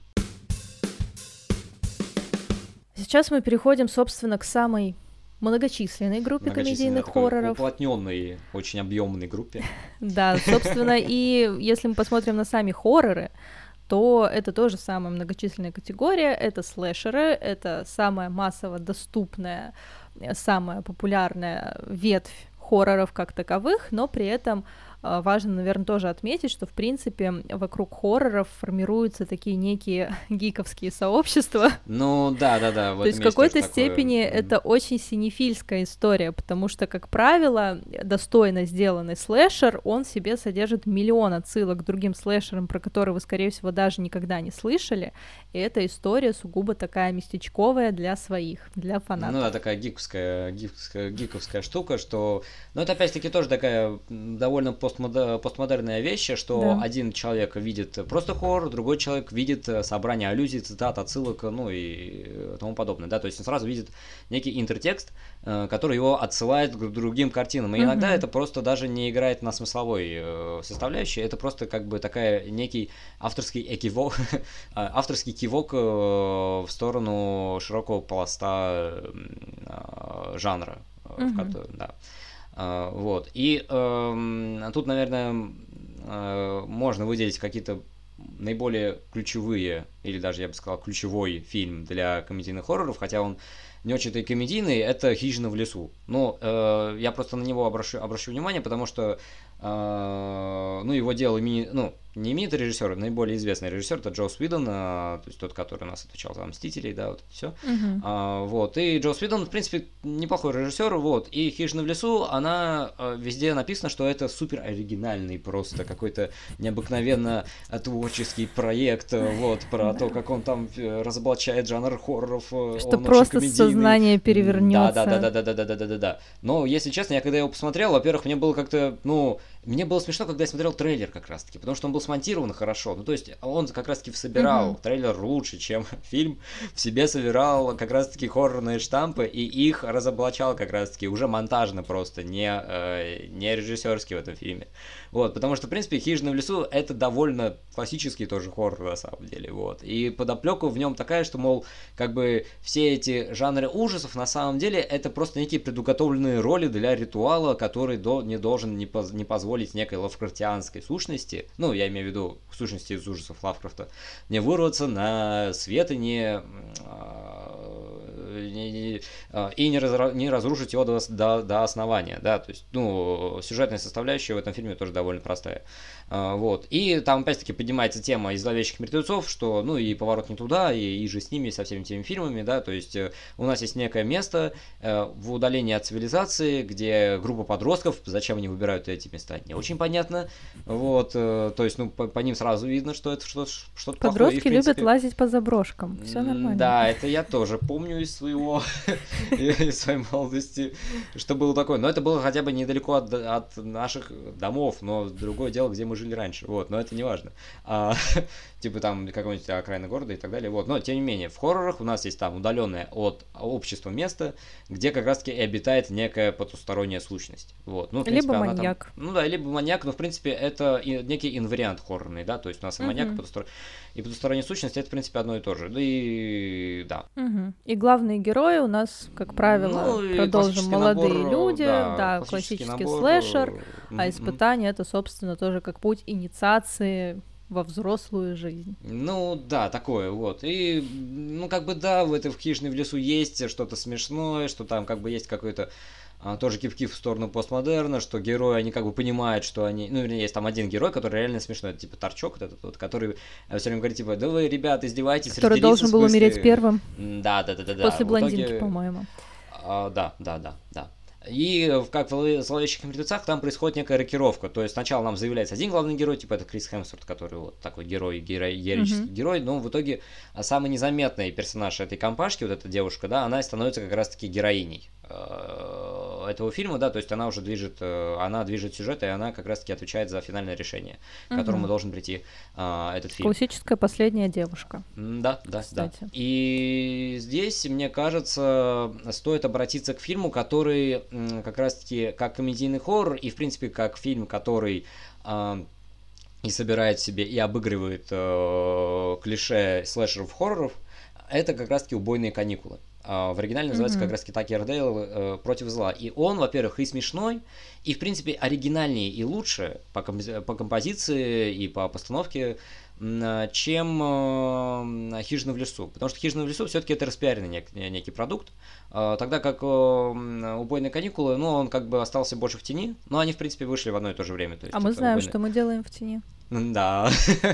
Сейчас мы переходим, собственно, к самой многочисленной группе комедийных хорроров. Уплотненной, очень объемной группе. Да, собственно, и если мы посмотрим на сами хорроры, то это тоже самая многочисленная категория, это слэшеры, это самая массово доступная, самая популярная ветвь хорроров как таковых, но при этом важно, наверное, тоже отметить, что, в принципе, вокруг хорроров формируются такие некие гиковские сообщества. Ну, да. То есть в какой-то степени это очень синефильская история, потому что, как правило, достойно сделанный слэшер, он в себе содержит миллион отсылок к другим слэшерам, про которые вы, скорее всего, даже никогда не слышали, и эта история сугубо такая местечковая для своих, для фанатов. Ну да, такая гиковская штука, что... Ну, это, опять-таки, тоже такая довольно постмодерная вещь, что один человек видит просто хоррор, другой человек видит собрание аллюзий, цитат, отсылок, ну и тому подобное, да, то есть он сразу видит некий интертекст, который его отсылает к другим картинам, и иногда это просто даже не играет на смысловой составляющей, это просто как бы такая некий авторский кивок в сторону широкого пласта жанра, да. Вот. И тут, наверное, можно выделить какие-то наиболее ключевые, или даже, я бы сказал, ключевой фильм для комедийных хорроров, хотя он не очень-то и комедийный, это «Хижина в лесу». Ну, я просто на него обращу внимание, потому что его делал не именитый режиссер, а наиболее известный режиссер, это Джосс Уидон, то есть тот, который у нас отвечал за «Мстителей», да, вот это все. Вот, и Джосс Уидон, в принципе, неплохой режиссер, вот, и «Хижина в лесу», она везде написано, что это супер оригинальный просто какой-то необыкновенно творческий проект, вот, про то, как он там разоблачает жанр хорроров, что просто сознание перевернется. Да. Но, если честно, я когда его посмотрел, во-первых, мне было как-то, мне было смешно, когда я смотрел трейлер как раз-таки, потому что он был смонтирован хорошо. Ну, то есть он как раз-таки собирал трейлер лучше, чем фильм в себе собирал как раз-таки хоррорные штампы и их разоблачал как раз-таки уже монтажно просто, не режиссерски в этом фильме. Вот, потому что, в принципе, «Хижина в лесу» — это довольно классический тоже хоррор на самом деле, вот. И подоплека в нем такая, что, мол, как бы все эти жанры ужасов на самом деле это просто некие предуготовленные роли для ритуала, который не должен не позволить некой лавкрафтианской сущности, ну, я имею в виду сущности из ужасов Лавкрафта, не вырваться на свет и не разрушить его до основания, да, то есть, сюжетная составляющая в этом фильме тоже довольно простая. Вот. И там, опять-таки, поднимается тема из «Зловещих мертвецов», что, и «Поворот не туда», и же с ними, со всеми теми фильмами, да, то есть у нас есть некое место в удалении от цивилизации, где группа подростков, зачем они выбирают эти места, не очень понятно, вот, то есть, по ним сразу видно, что это что-то плохое. Подростки любят лазить по заброшкам, все нормально. Да, это я тоже помню из своей молодости, что было такое, но это было хотя бы недалеко от наших домов, но другое дело, где мы жили раньше, вот, но это не важно. Типа там какой-нибудь окраины города и так далее, вот, но тем не менее, в хоррорах у нас есть там удаленное от общества место, где как раз-таки и обитает некая потусторонняя сущность, вот. Ну, в принципе, либо маньяк. Либо маньяк, но в принципе это некий инвариант хоррорный, да, то есть у нас и маньяк, и потусторонняя сущность, это в принципе одно и то же, и да. И главные герои у нас, как правило, продолжим, молодые люди, да, классический слэшер, а испытание это, собственно, тоже как путь инициации во взрослую жизнь. Ну, да, такое вот. И, в «Хижине в лесу» есть что-то смешное, что там как бы есть какой-то тоже кивки в сторону постмодерна, что герои, они как бы понимают, что они... есть там один герой, который реально смешной, это типа Торчок, который все время говорит, типа, да вы, ребят, издеваетесь, который должен был умереть первым. Да. После блондинки, по-моему. Да. И как в «Зловещих мертвецах» там происходит некая рокировка. То есть сначала нам заявляется один главный герой, типа это Крис Хемсворт, который вот такой героический герой, но в итоге самый незаметный персонаж этой компашки, вот эта девушка, да, она становится как раз-таки героиней этого фильма, да, то есть она уже движет сюжет, и она как раз-таки отвечает за финальное решение, к которому должен прийти этот фильм. Классическая последняя девушка. Да. И здесь, мне кажется, стоит обратиться к фильму, который как раз-таки как комедийный хоррор, и, в принципе, как фильм, который и собирает в себе, и обыгрывает клише слэшеров-хорроров, это как раз-таки «Убойные каникулы». В оригинале называется как раз-таки «Такер Дейл против зла». И он, во-первых, и смешной, и, в принципе, оригинальнее и лучше по композиции и по постановке, чем «Хижина в лесу». Потому что «Хижина в лесу» все-таки это распиаренный некий продукт, тогда как «Убойные каникулы», ну, он как бы остался больше в тени, но они, в принципе, вышли в одно и то же время. То есть, мы знаем, что мы делаем в тени. Да.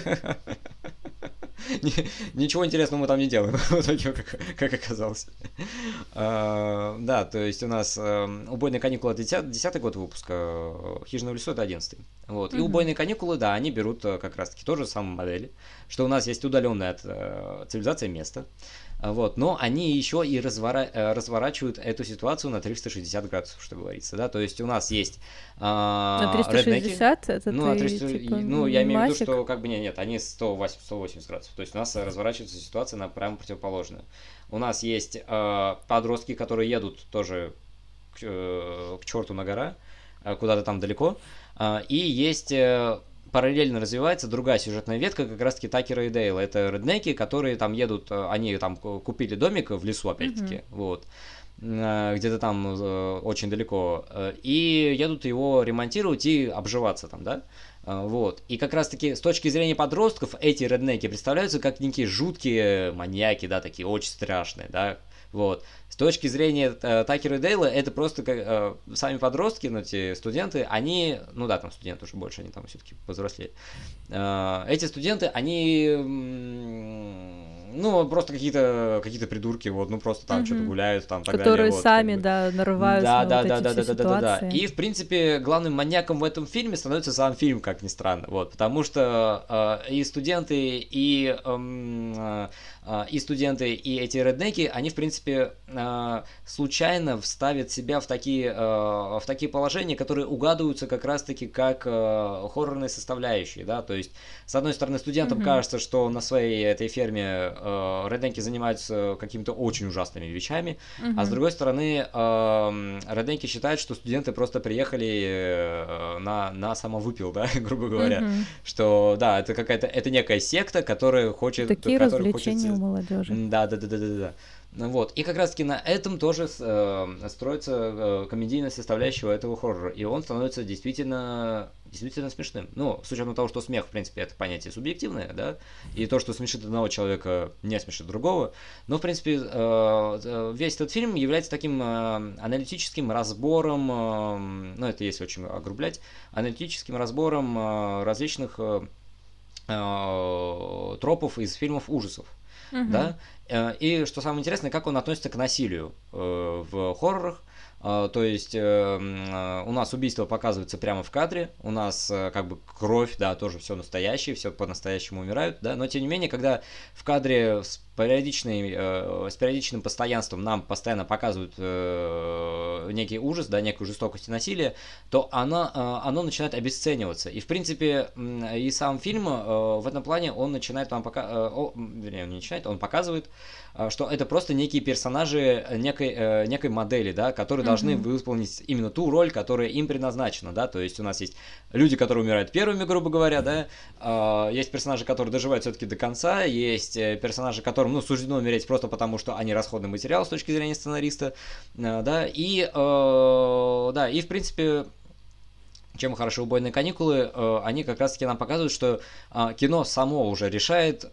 Ничего интересного мы там не делаем, в итоге, как оказалось. Да, то есть у нас «Убойные каникулы» — это 10-й год выпуска, «Хижина в лесу» — это 11-й. Вот. И «Убойные каникулы», да, они берут как раз-таки тоже самые модели, что у нас есть удаленное от цивилизации место, вот, но они еще и разворачивают эту ситуацию на 360 градусов, что говорится, да, то есть у нас есть на 360? Это я имею в виду, что как бы нет, они 180 градусов, то есть у нас разворачивается ситуация на прямо противоположную. У нас есть подростки, которые едут тоже к черту на гора, куда-то там далеко, и есть параллельно развивается другая сюжетная ветка, как раз-таки Такера и Дейла. Это реднеки, которые там едут, они там купили домик в лесу, опять-таки, вот, где-то там очень далеко, и едут его ремонтировать и обживаться там, да, вот. И как раз-таки с точки зрения подростков эти реднеки представляются как некие жуткие маньяки, да, такие очень страшные, да, вот. С точки зрения Такера и Дейла, это просто как сами подростки, ну, эти студенты, они, ну да, там студенты уже больше, они там все-таки повзрослее. Эти студенты, они, ну, просто какие-то придурки, вот, ну, просто там что-то гуляют, там, так которые далее. сами, вот, да, нарываются на вот эти все ситуации. И, в принципе, главным маньяком в этом фильме становится сам фильм, как ни странно, вот, потому что и студенты, и эти реднеки, они, в принципе, случайно вставят себя в такие положения, которые угадываются как раз-таки как хоррорные составляющие, да, то есть, с одной стороны, студентам кажется, что на своей этой ферме реднеки занимаются какими-то очень ужасными вещами, а с другой стороны, реднеки считают, что студенты просто приехали на самовыпил, да, грубо говоря, что, да, это некая секта, которая хочет... Такие развлечения у молодежи. Да. Вот. И как раз-таки на этом тоже строится комедийная составляющая этого хоррора, и он становится действительно смешным. Ну, с учетом того, что смех, в принципе, это понятие субъективное, да, и то, что смешит одного человека, не смешит другого, но, в принципе, весь этот фильм является таким аналитическим разбором, ну, это если очень огрублять, аналитическим разбором различных тропов из фильмов ужасов. Да? И что самое интересное, как он относится к насилию в хоррорах. То есть у нас убийство показывается прямо в кадре, у нас как бы кровь, да, тоже все настоящее, все по-настоящему умирают, да, но тем не менее, когда в кадре с периодичным постоянством нам постоянно показывают некий ужас, да, некую жестокость и насилие, то оно начинает обесцениваться. И, в принципе, и сам фильм в этом плане, он начинает нам он показывает, что это просто некие персонажи некой модели, да, которые должны выполнить именно ту роль, которая им предназначена, да, то есть у нас есть люди, которые умирают первыми, грубо говоря, да, есть персонажи, которые доживают все-таки до конца, есть персонажи, которым, ну, суждено умереть просто потому, что они расходный материал с точки зрения сценариста, да, и, в принципе, чем хороши «Убойные каникулы», они как раз-таки нам показывают, что кино само уже решает,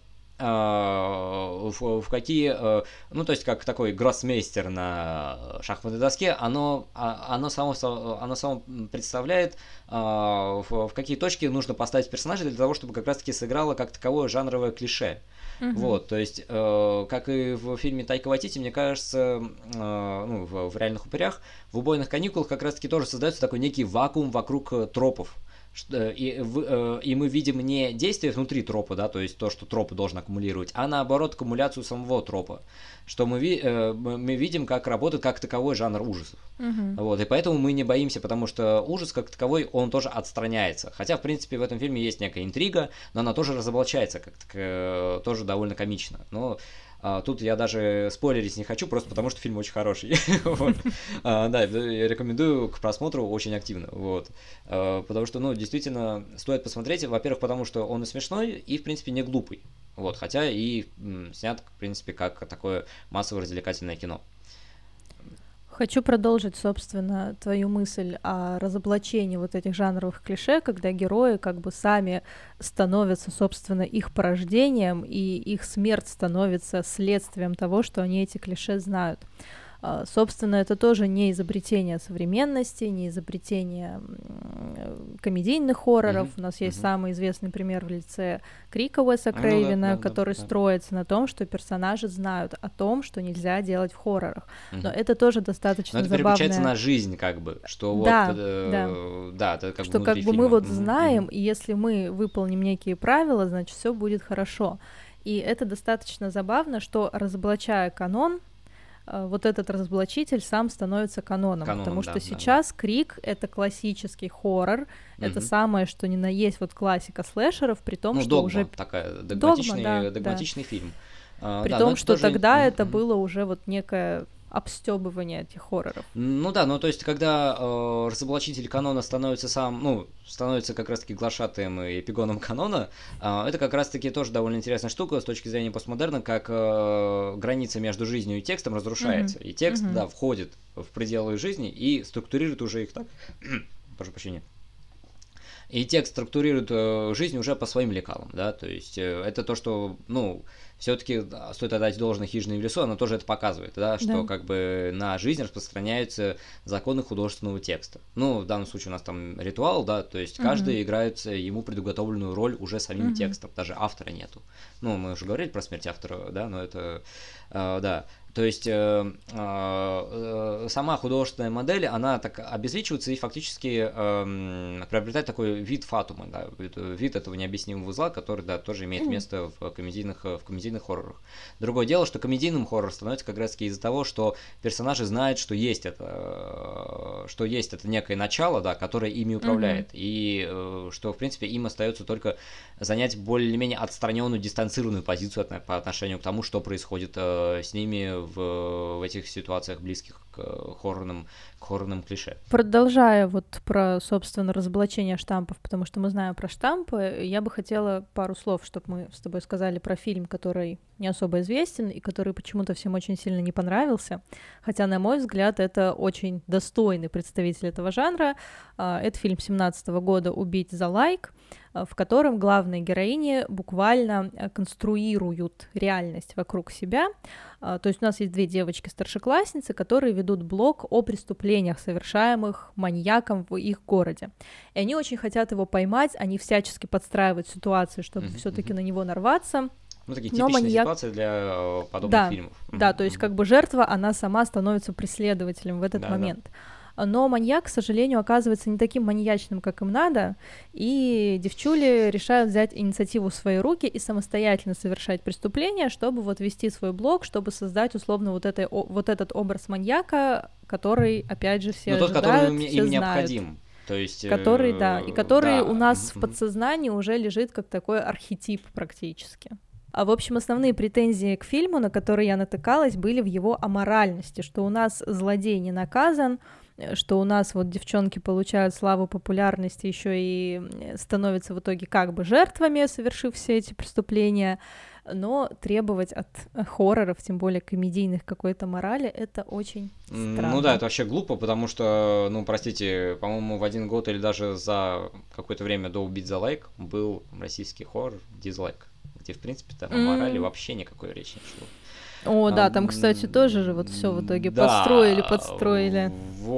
в какие, ну, то есть как такой гроссмейстер на шахматной доске, оно само представляет, в какие точки нужно поставить персонажа для того, чтобы как раз-таки сыграло как таковое жанровое клише. Вот, то есть, как и в фильме Тайка Вайтити, мне кажется, ну, в «Реальных упырях», в «Убойных каникулах» как раз-таки тоже создается такой некий вакуум вокруг тропов. И мы видим не действие внутри тропа, да, то есть то, что троп должен аккумулировать, а наоборот аккумуляцию самого тропа, что мы видим, как работает как таковой жанр ужасов. Вот, и поэтому мы не боимся, потому что ужас как таковой, он тоже отстраняется. Хотя, в принципе, в этом фильме есть некая интрига, но она тоже разоблачается, тоже довольно комично. Но тут я даже спойлерить не хочу, просто потому что фильм очень хороший. Да, я рекомендую к просмотру очень активно. Потому что, действительно, стоит посмотреть. Во-первых, потому что он и смешной, и, в принципе, не глупый. Хотя и снят, в принципе, как такое массовое развлекательное кино. Хочу продолжить, собственно, твою мысль о разоблачении вот этих жанровых клише, когда герои как бы сами становятся, собственно, их порождением, и их смерть становится следствием того, что они эти клише знают. Собственно, это тоже не изобретение современности, не изобретение комедийных хорроров. У нас есть самый известный пример в лице Крика Уэса Крейвена, который строится на том, что персонажи знают о том, что нельзя делать в хоррорах. Но это тоже достаточно забавно. Это переключается на жизнь, как бы, что это как что бы как бы фильма. мы знаем, и если мы выполним некие правила, значит, все будет хорошо. И это достаточно забавно, что, разоблачая канон, вот этот разоблачитель сам становится каноном, потому что сейчас Крик — это классический хоррор, это самое, что ни на есть классика слэшеров, при том, что Догма, уже... такая, догматичный фильм. При том, что тогда это было уже некое обстёбывание этих хорроров. То есть, когда разоблачитель канона становится становится как раз-таки глашатаем и эпигоном канона, это как раз-таки тоже довольно интересная штука с точки зрения постмодерна, как граница между жизнью и текстом разрушается. И текст, входит в пределы жизни и структурирует уже их так. Прошу прощения. И текст структурирует жизнь уже по своим лекалам, да, то есть это то, что, все-таки стоит отдать должное «Хижине в лесу», оно тоже это показывает, да, что как бы на жизнь распространяются законы художественного текста. В данном случае у нас там ритуал, да, то есть каждый играет ему предуготовленную роль уже самим текстом, даже автора нету. Мы уже говорили про смерть автора, да, но это, да. То есть сама художественная модель, она так обезличивается и фактически приобретает такой вид фатума, да, вид этого необъяснимого зла, который, да, тоже имеет место в комедийных хоррорах. Другое дело, что комедийным хоррор становится как раз-таки из-за того, что персонажи знают, что есть это некое начало, да, которое ими управляет, и что, в принципе, им остается только занять более-менее отстраненную, дистанцированную позицию по отношению к тому, что происходит с ними в этих ситуациях, близких к хоррорным клише. Продолжая про, собственно, разоблачение штампов, потому что мы знаем про штампы, я бы хотела пару слов, чтобы мы с тобой сказали про фильм, который не особо известен и который почему-то всем очень сильно не понравился, хотя, на мой взгляд, это очень достойный представитель этого жанра. Это фильм 2017 года «Убить за лайк», в котором главные героини буквально конструируют реальность вокруг себя. То есть у нас есть две девочки-старшеклассницы, которые ведут блог о преступлениях, совершаемых маньяком в их городе. И они очень хотят его поймать, они всячески подстраивают ситуацию, чтобы все-таки на него нарваться. Такие типичные ситуации для подобных фильмов. Да, то есть как бы жертва, она сама становится преследователем в этот момент. Но маньяк, к сожалению, оказывается не таким маньячным, как им надо, и девчули решают взять инициативу в свои руки и самостоятельно совершать преступления, чтобы вести свой блог, чтобы создать условно этот образ маньяка, который, опять же, все ожидают, который все им знают. Необходим. То есть, который у нас в подсознании уже лежит как такой архетип практически. В общем, основные претензии к фильму, на которые я натыкалась, были в его аморальности, что у нас злодей не наказан, что у нас девчонки получают славу, популярность, еще и становятся в итоге как бы жертвами, совершив все эти преступления, но требовать от хорроров, тем более комедийных, какой-то морали, это очень странно. Это вообще глупо, потому что, простите, по-моему, в один год или даже за какое-то время до «Убить за лайк» был российский хоррор «Дизлайк», где, в принципе, там о морали вообще никакой речи не шло. Там, кстати, тоже же все в итоге подстроили.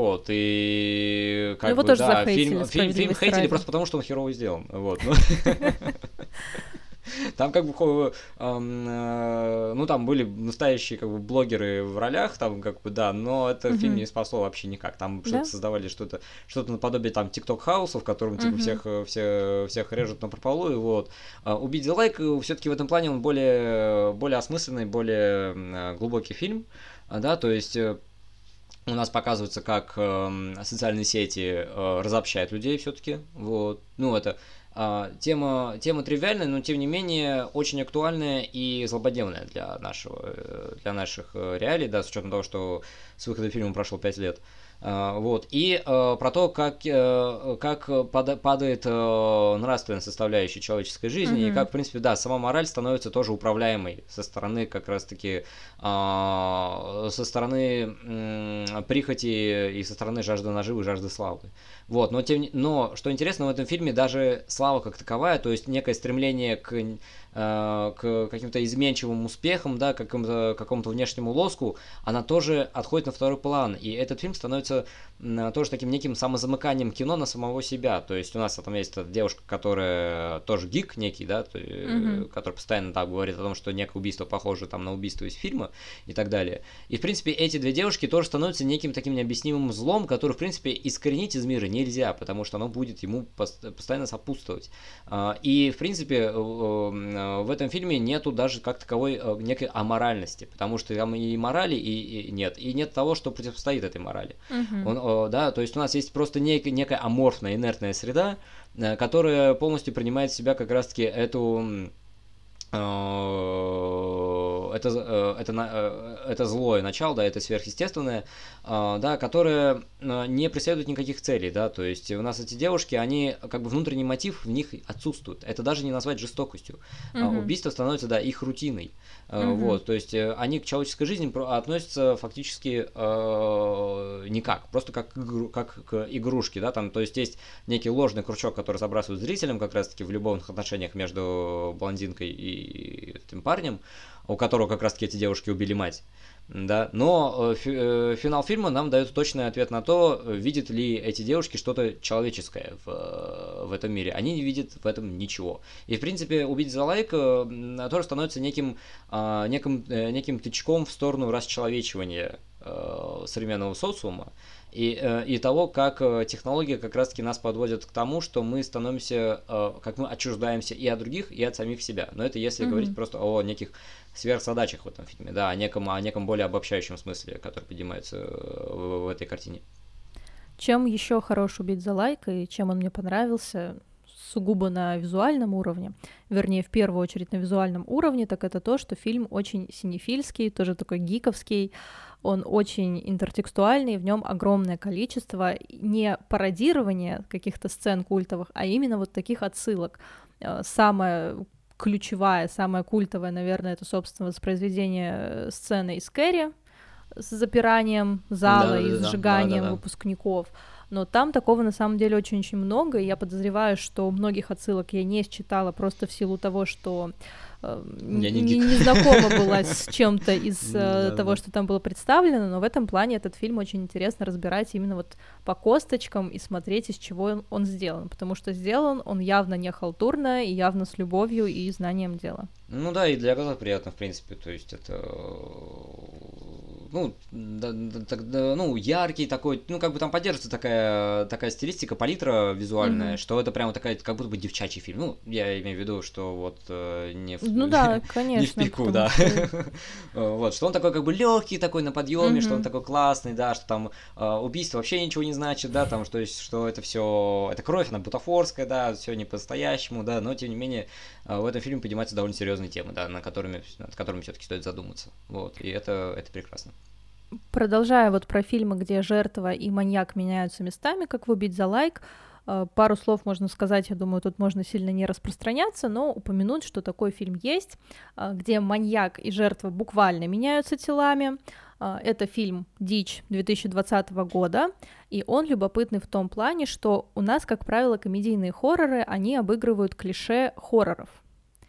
И как его бы, тоже да, захейтили, фильм хейтили просто потому, что он херово сделан, Там как бы, ну, там были настоящие как бы блогеры в ролях, там как бы, да, но это фильм не спасло вообще никак. Там что-то создавали, что-то наподобие там TikTok-хауса, в котором типа всех режут на прополу, и вот. «Убить за лайк» все-таки в этом плане он более осмысленный, более глубокий фильм, да, то есть у нас показывается, как социальные сети разобщают людей все-таки, вот, ну, это тема тривиальная, но тем не менее очень актуальная и злободневная для наших реалий, да, с учетом того, что с выхода фильма прошло 5 лет. Вот. И про то, как падает нравственная составляющая человеческой жизни, и как, в принципе, да, сама мораль становится тоже управляемой со стороны как раз-таки со стороны прихоти и со стороны жажды наживы, жажды славы. Вот. Но что интересно, в этом фильме даже слава как таковая, то есть некое стремление к каким-то изменчивым успехам, да, какому-то внешнему лоску, она тоже отходит на второй план. И этот фильм становится тоже таким неким самозамыканием кино на самого себя. То есть у нас там есть эта девушка, которая тоже гик некий, да, который постоянно так говорит о том, что некое убийство похоже там на убийство из фильма и так далее. И, в принципе, эти две девушки тоже становятся неким таким необъяснимым злом, который, в принципе, искоренить из мира нельзя, потому что оно будет ему постоянно сопутствовать. И, в принципе, в этом фильме нету даже как таковой некой аморальности, потому что там и морали и нет того, что противостоит этой морали. Да, то есть у нас есть просто некая аморфная, инертная среда, которая полностью принимает в себя как раз-таки это злое начало, да, это сверхъестественное, да, которое не преследует никаких целей, да, то есть у нас эти девушки, они, как бы внутренний мотив в них отсутствует, это даже не назвать жестокостью, убийство становится, да, их рутиной, вот, то есть они к человеческой жизни относятся фактически никак, просто как к игрушке, да, там, то есть некий ложный крючок, который забрасывают зрителям как раз-таки в любовных отношениях между блондинкой и этим парнем, у которого как раз-таки эти девушки убили мать, да, но финал фильма нам дает точный ответ на то, видят ли эти девушки что-то человеческое в этом мире. Они не видят в этом ничего. И, в принципе, «Убить за лайк» тоже становится неким тычком в сторону расчеловечивания современного социума, и того, как технология как раз-таки нас подводит к тому, что мы становимся, как мы отчуждаемся и от других, и от самих себя. Но это если говорить просто о неких сверхзадачах в этом фильме, да, о неком более обобщающем смысле, который поднимается в этой картине. Чем еще хорош «Убить за лайк» и чем он мне понравился сугубо на визуальном уровне, вернее, в первую очередь на визуальном уровне, так это то, что фильм очень синефильский, тоже такой гиковский, он очень интертекстуальный, в нем огромное количество не пародирования каких-то сцен культовых, а именно вот таких отсылок. Самая ключевая, самая культовая, наверное, это, собственно, воспроизведение сцены из «Кэрри» с запиранием зала и сжиганием выпускников. Но там такого на самом деле очень-очень много, и я подозреваю, что многих отсылок я не считала просто в силу того, что не знакома была с чем-то из того, что там было представлено, но в этом плане этот фильм очень интересно разбирать именно вот по косточкам и смотреть, из чего он сделан, потому что сделан он явно не халтурно и явно с любовью и знанием дела. Ну да, и для глаза приятно, в принципе, то есть это... яркий такой, как бы там поддерживается такая стилистика, палитра визуальная, что это прямо такая, как будто бы девчачий фильм. Ну, я имею в виду, что вот не в пику, да. Вот, что он такой как бы легкий такой на подъеме, что он такой классный, да, что там убийство вообще ничего не значит, да, там, что это все, это кровь, она бутафорская, да, все не по-настоящему, да, но тем не менее в этом фильме поднимаются довольно серьезные темы, да, над которыми все-таки стоит задуматься. Вот, и это прекрасно. Продолжая вот про фильмы, где жертва и маньяк меняются местами, как в «Убить за лайк», пару слов можно сказать, я думаю, тут можно сильно не распространяться, но упомянуть, что такой фильм есть, где маньяк и жертва буквально меняются телами. Это фильм «Дичь» 2020 года, и он любопытный в том плане, что у нас, как правило, комедийные хорроры, они обыгрывают клише хорроров.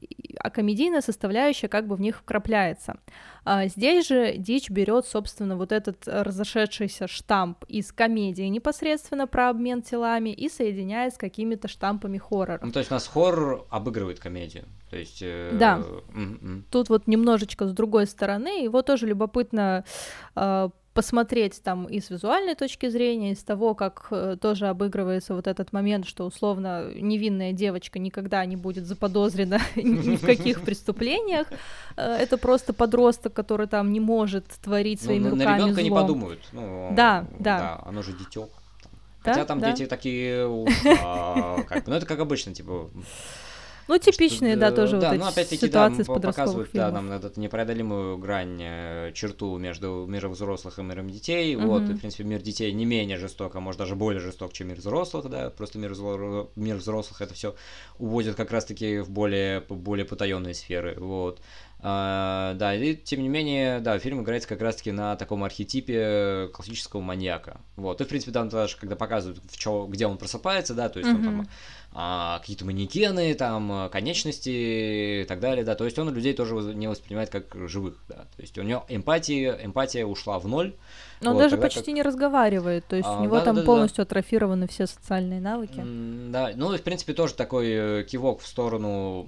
а комедийная составляющая как бы в них вкрапляется. Здесь же Дичь берет, собственно, вот этот разошедшийся штамп из комедии непосредственно про обмен телами и соединяет с какими-то штампами хоррора. Ну, то есть у нас хоррор обыгрывает комедию. То есть... Да. Тут вот немножечко с другой стороны. Его тоже любопытно посмотреть там и с визуальной точки зрения, и с того, как тоже обыгрывается вот этот момент, что условно невинная девочка никогда не будет заподозрена ни в каких преступлениях. Это просто подросток, который там не может творить своими руками зло. На ребенка не подумают. Да, оно же дитё. Хотя там дети такие, ну это как обычно, типа... Ну, типичные, да, тоже вот эти ситуации с показывают, подростковых фильмов. Да, нам эту непреодолимую грань, черту между миром взрослых и миром детей. Вот, и, в принципе, мир детей не менее жесток, а может даже более жесток, чем мир взрослых, да. Просто мир взрослых это все уводит как раз-таки в более потаенные сферы, вот. Да, и тем не менее, да, фильм играется как раз-таки на таком архетипе классического маньяка. Вот, и, в принципе, там даже, когда показывают, где он просыпается, да, то есть он там какие-то манекены, там, конечности и так далее, да, то есть он людей тоже не воспринимает как живых, да, то есть у него эмпатия ушла в ноль. Но он даже почти не разговаривает, то есть у него там полностью атрофированы все социальные навыки. Да, ну и, в принципе, тоже такой кивок в сторону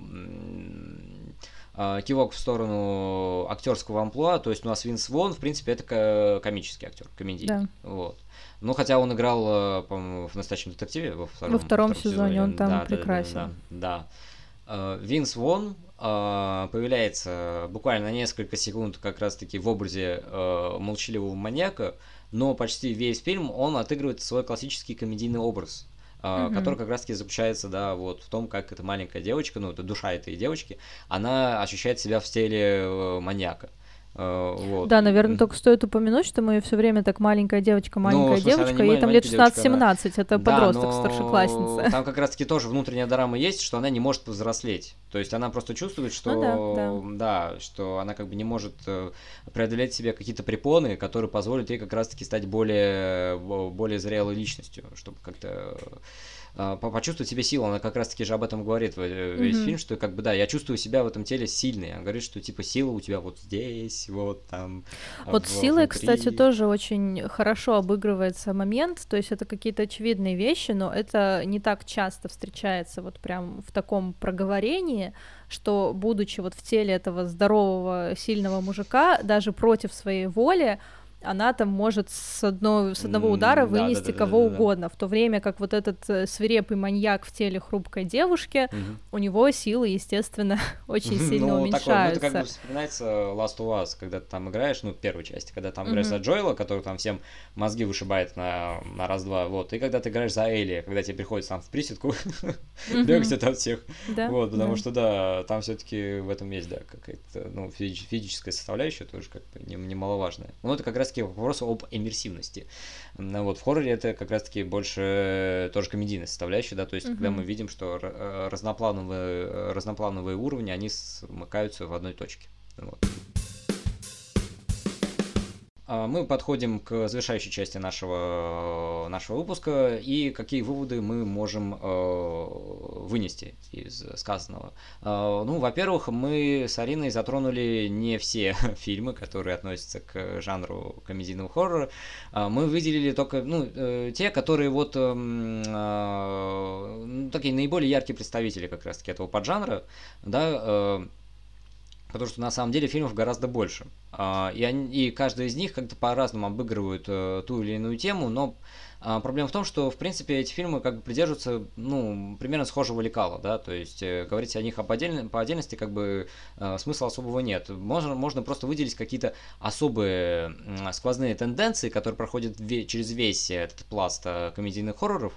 актерского амплуа, то есть у нас Винс Вон, в принципе, это комический актер, комедийный, вот. Ну, хотя он играл, по-моему, в «Настоящем детективе» во втором сезоне, он там прекрасен. Да. Винс Вон появляется буквально на несколько секунд как раз-таки в образе молчаливого маньяка, но почти весь фильм он отыгрывает свой классический комедийный образ, который как раз-таки заключается, да, вот в том, как эта маленькая девочка, ну, это душа этой девочки, она ощущает себя в теле маньяка. Вот. Да, наверное, только стоит упомянуть, что мы все время так маленькая девочка, ей там лет 16-17, это подросток, старшеклассница. Там как раз-таки тоже внутренняя драма есть, что она не может повзрослеть. То есть она просто чувствует, что, что она как бы не может преодолеть себе какие-то препоны, которые позволят ей как раз-таки стать более зрелой личностью, чтобы как-то почувствовать себе силу. Она как раз-таки же об этом говорит весь фильм, что как бы, да, я чувствую себя в этом теле сильной. Она говорит, что типа сила у тебя вот здесь, вот там. Вот силой, кстати, тоже очень хорошо обыгрывается момент, то есть это какие-то очевидные вещи, но это не так часто встречается вот прям в таком проговорении, что, будучи вот в теле этого здорового, сильного мужика, даже против своей воли, она там может с одного удара вынести кого угодно, в то время как вот этот свирепый маньяк в теле хрупкой девушки, у него силы, естественно, очень сильно уменьшаются. Это как бы вспоминается Last of Us, когда ты там играешь, ну, в первой части, когда там играешь за Джоэла, который там всем мозги вышибает на раз-два, вот, и когда ты играешь за Элли, когда тебе приходится там в присядку бегать от всех, вот, потому что, да, там все-таки в этом есть, да, какая-то, ну, физическая составляющая тоже как бы немаловажная. Ну, это как раз вопрос об иммерсивности. Вот, в хорроре это как раз-таки больше тоже комедийная составляющая, да, то есть когда мы видим, что разноплановые уровни, они смыкаются в одной точке. Вот. Мы подходим к завершающей части нашего выпуска, и какие выводы мы можем вынести из сказанного. Ну, во-первых, мы с Ариной затронули не все фильмы, которые относятся к жанру комедийного хоррора. Мы выделили только, те, которые вот такие наиболее яркие представители как раз-таки этого поджанра, да, потому что на самом деле фильмов гораздо больше. И каждый из них как-то по-разному обыгрывают ту или иную тему, но проблема в том, что, в принципе, эти фильмы как бы придерживаются, примерно схожего лекала, да, то есть говорить о них по отдельности как бы смысла особого нет. Можно просто выделить какие-то особые сквозные тенденции, которые проходят через весь этот пласт комедийных хорроров,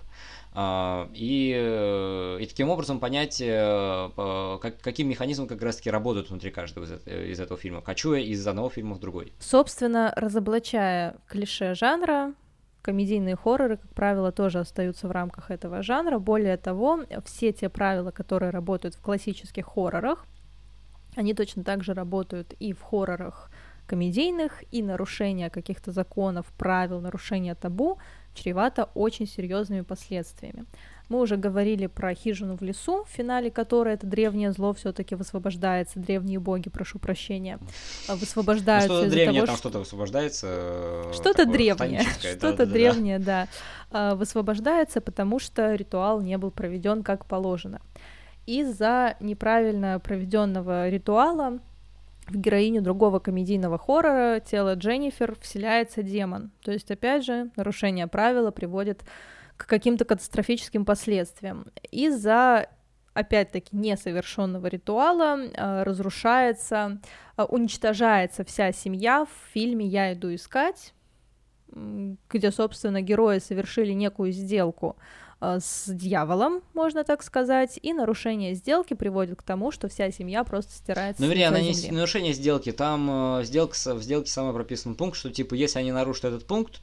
и таким образом понять, каким механизмом как раз-таки работают внутри каждого из этого фильма, кочуя из одного фильма в другой. Собственно, разоблачая клише жанра, комедийные хорроры, как правило, тоже остаются в рамках этого жанра. Более того, все те правила, которые работают в классических хоррорах, они точно так же работают и в хоррорах комедийных, и нарушение каких-то законов, правил, нарушение табу чревато очень серьезными последствиями. Мы уже говорили про «Хижину в лесу», в финале которой это древнее зло все-таки высвобождается, древние боги, прошу прощения, высвобождаются что-то из-за древнее, того, там что-то высвобождается. Что-то древнее, что-то древнее, да, высвобождается, потому что ритуал не был проведен как положено. Из-за неправильно проведенного ритуала в героиню другого комедийного хоррора, тело Дженнифер, вселяется демон. То есть, опять же, нарушение правила приводит к каким-то катастрофическим последствиям. Из-за, опять-таки, несовершенного ритуала разрушается, уничтожается вся семья в фильме «Я иду искать», где, собственно, герои совершили некую сделку с дьяволом, можно так сказать, и нарушение сделки приводит к тому, что вся семья просто стирается с лица земли. Но, вернее, она не нарушение сделки, там в сделке самый прописан пункт, что, типа, если они нарушат этот пункт,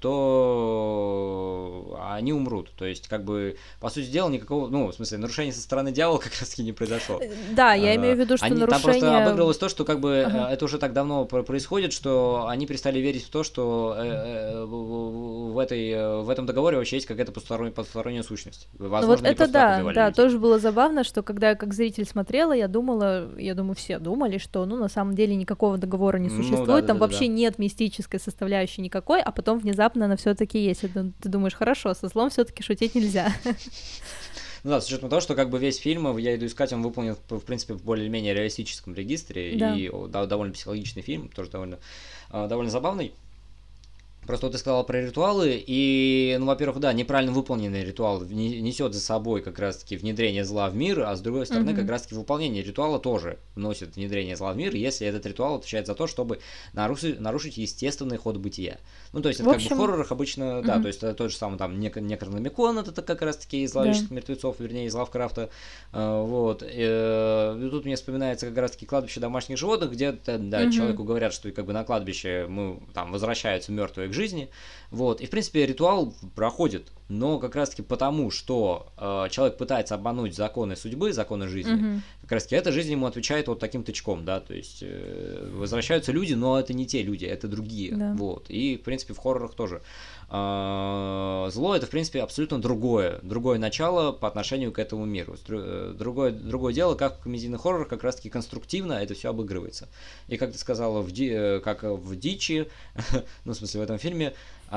то они умрут. То есть, как бы, по сути дела, никакого, ну, в смысле, нарушения со стороны дьявола как раз-таки не произошло. Да, я имею в виду, что нарушение... Там просто обыгрывалось то, что, как бы, это уже так давно происходит, что они перестали верить в то, что в этом договоре вообще есть какая-то потусторонняя сущность. Возможно, вот это да, тоже было забавно, что когда я как зритель смотрела, я думаю, все думали, что, ну, на самом деле никакого договора не существует, там вообще нет мистической составляющей никакой, а потом внезапно она все-таки есть. И ты думаешь, хорошо, со злом все-таки шутить нельзя. Ну да, с учетом того, что как бы весь фильм «Я иду искать», он выполнен, в принципе, в более-менее реалистическом регистре, да. И довольно психологичный фильм, тоже довольно забавный. Просто вот ты сказала про ритуалы, и, ну, во-первых, да, неправильно выполненный ритуал несет за собой как раз-таки внедрение зла в мир, а с другой стороны, как раз-таки выполнение ритуала тоже вносит внедрение зла в мир, если этот ритуал отвечает за то, чтобы нарушить естественный ход бытия. Ну, то есть, это, как бы в хоррорах обычно, да, то есть, это тот же самый там Некрономикон, это как раз-таки из зловещих мертвецов, вернее, из Лавкрафта, вот. И тут мне вспоминается как раз-таки кладбище домашних животных, где, да, человеку говорят, что как бы на кладбище там возвращаются мертвые к жизни, вот, и в принципе ритуал проходит, но как раз-таки потому, что человек пытается обмануть законы судьбы, законы жизни, как раз-таки эта жизнь ему отвечает вот таким тычком, да, то есть возвращаются люди, но это не те люди, это другие, вот, и в принципе в хоррорах тоже. Зло — это, в принципе, абсолютно другое начало по отношению к этому миру. Другое дело, как в комедийных хоррорах как раз-таки конструктивно это все обыгрывается. И как ты сказала, как в «Дичи», ну, в смысле, в этом фильме,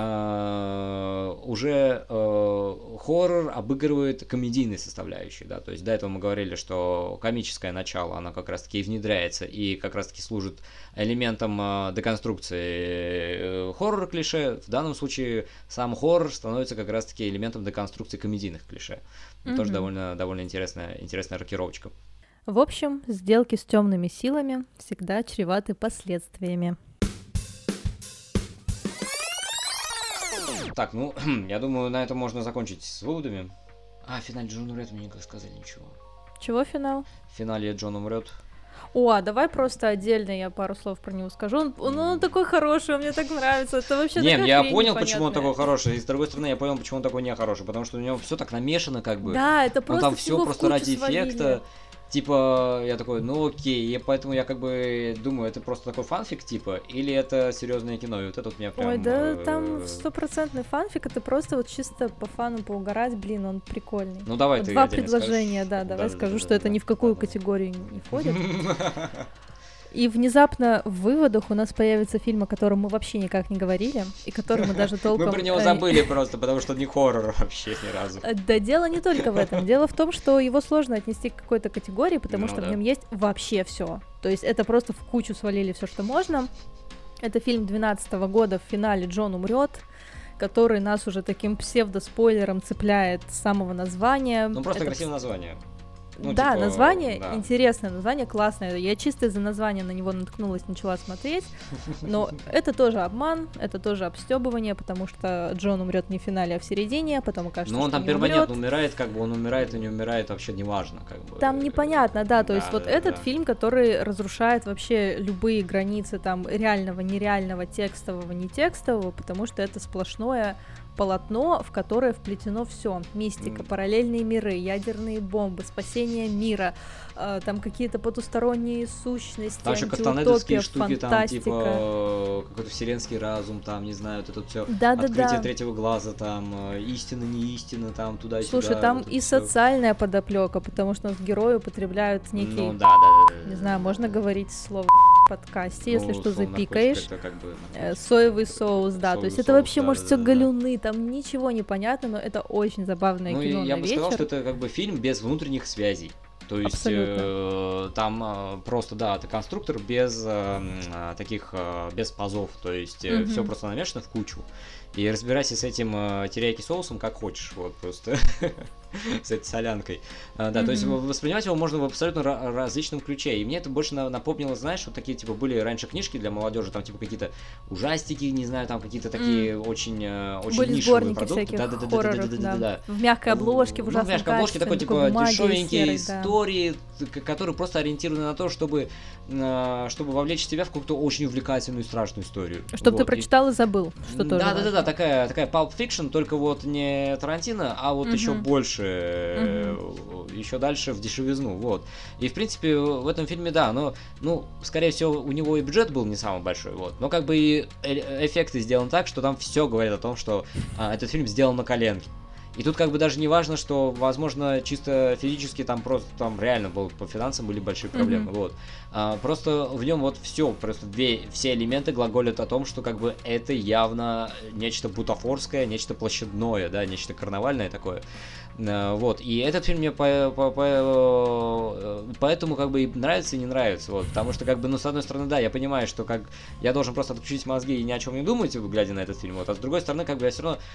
уже хоррор обыгрывает комедийные составляющие, да, то есть до этого мы говорили, что комическое начало, оно как раз-таки и внедряется, и как раз-таки служит элементом деконструкции хоррор-клише. В данном случае сам хоррор становится как раз-таки элементом деконструкции комедийных клише. Тоже довольно интересная рокировочка. В общем, сделки с темными силами всегда чреваты последствиями. Так, ну, я думаю, на этом можно закончить с выводами. В финале Джон умрет, мне не сказали ничего. Чего финал? В финале Джон умрет. Давай просто отдельно я пару слов про него скажу. Он такой хороший, он мне так нравится. Это вообще я понял, почему он такой хороший. И с другой стороны, я понял, почему он такой нехороший. Потому что у него все так намешано, как бы. Да, это просто. Там все просто ради эффекта. Типа, я такой, ну окей, и поэтому я как бы думаю, это просто такой фанфик, типа, или это серьезное кино, и вот это вот меня прям... Ой, да там 100% фанфик, это просто вот чисто по фану поугарать, блин, он прикольный. Ну давай вот ты два предложения, скажешь. Давай скажу, что это ни в какую категорию не входит. И внезапно в выводах у нас появится фильм, о котором мы вообще никак не говорили, и который мы даже толком... Мы про него забыли просто, потому что не хоррор вообще ни разу. Да, дело не только в этом. Дело в том, что его сложно отнести к какой-то категории, потому что в нем есть вообще все. То есть это просто в кучу свалили все, что можно. Это фильм 2012 года, в финале Джон умрет, который нас уже таким псевдоспойлером цепляет с самого названия. Ну просто красивое название. Ну, да, типа, название интересное, название классное. Я чисто из-за названия на него наткнулась, начала смотреть. Но это тоже обман, это тоже обстебывание, потому что Джон умрет не в финале, а в середине, а потом окажется, что он там перманентно умирает, как бы он умирает и не умирает, вообще не важно, как бы. Там непонятно, да, то есть вот этот фильм, который разрушает вообще любые границы там реального, нереального, текстового, нетекстового, потому что это сплошное полотно, в которое вплетено все: мистика, параллельные миры, ядерные бомбы, спасение мира, там какие-то потусторонние сущности, там еще антиутопия, штуки, фантастика. там типа какой-то вселенский разум, там, не знаю, вот это все открытие третьего глаза, там истина, не истина, там туда-сюда. Слушай, там вот и социальная подоплека, потому что герои употребляют некий, не знаю, можно говорить слово в подкасте, если что, запикаешь. Как бы, соевый соус, да, то есть это вообще, может, все галюны, там ничего не понятно, но это очень забавное кино на вечер. Я бы сказал, что это как бы фильм без внутренних связей. То есть там просто, да, это конструктор без таких, без пазов, то есть все просто намешано в кучу. И разбирайся с этим терияки соусом как хочешь, вот просто с этой солянкой. Да, то есть воспринимать его можно в абсолютно различном ключе. И мне это больше напомнило, знаешь, вот такие типа были раньше книжки для молодежи, там типа какие-то ужастики, не знаю, там какие-то такие очень нишевые продукты. Да. В мягкой обложке, в ужасном качестве. В мягкой обложке такой типа дешевенькие истории, которые просто ориентированы на то, чтобы вовлечь тебя в какую-то очень увлекательную и страшную историю. Чтобы ты прочитал и забыл, что тоже. Да, такая Pulp Fiction, только вот не Тарантино, а вот еще больше, еще дальше в дешевизну, вот. И, в принципе, в этом фильме, да, но, скорее всего, у него и бюджет был не самый большой, вот. Но как бы и эффекты сделаны так, что там все говорит о том, что этот фильм сделан на коленке. И тут как бы даже не важно, что, возможно, чисто физически там просто там реально было, по финансам были большие проблемы, вот. Просто в нем вот все, просто все элементы глаголят о том, что как бы это явно нечто бутафорское, нечто площадное, да, нечто карнавальное такое. Вот, и этот фильм мне поэтому как бы и нравится, и не нравится, вот, потому что как бы, с одной стороны, да, я понимаю, что как я должен просто отключить мозги и ни о чем не думать, глядя на этот фильм, вот, а с другой стороны, как бы я все равно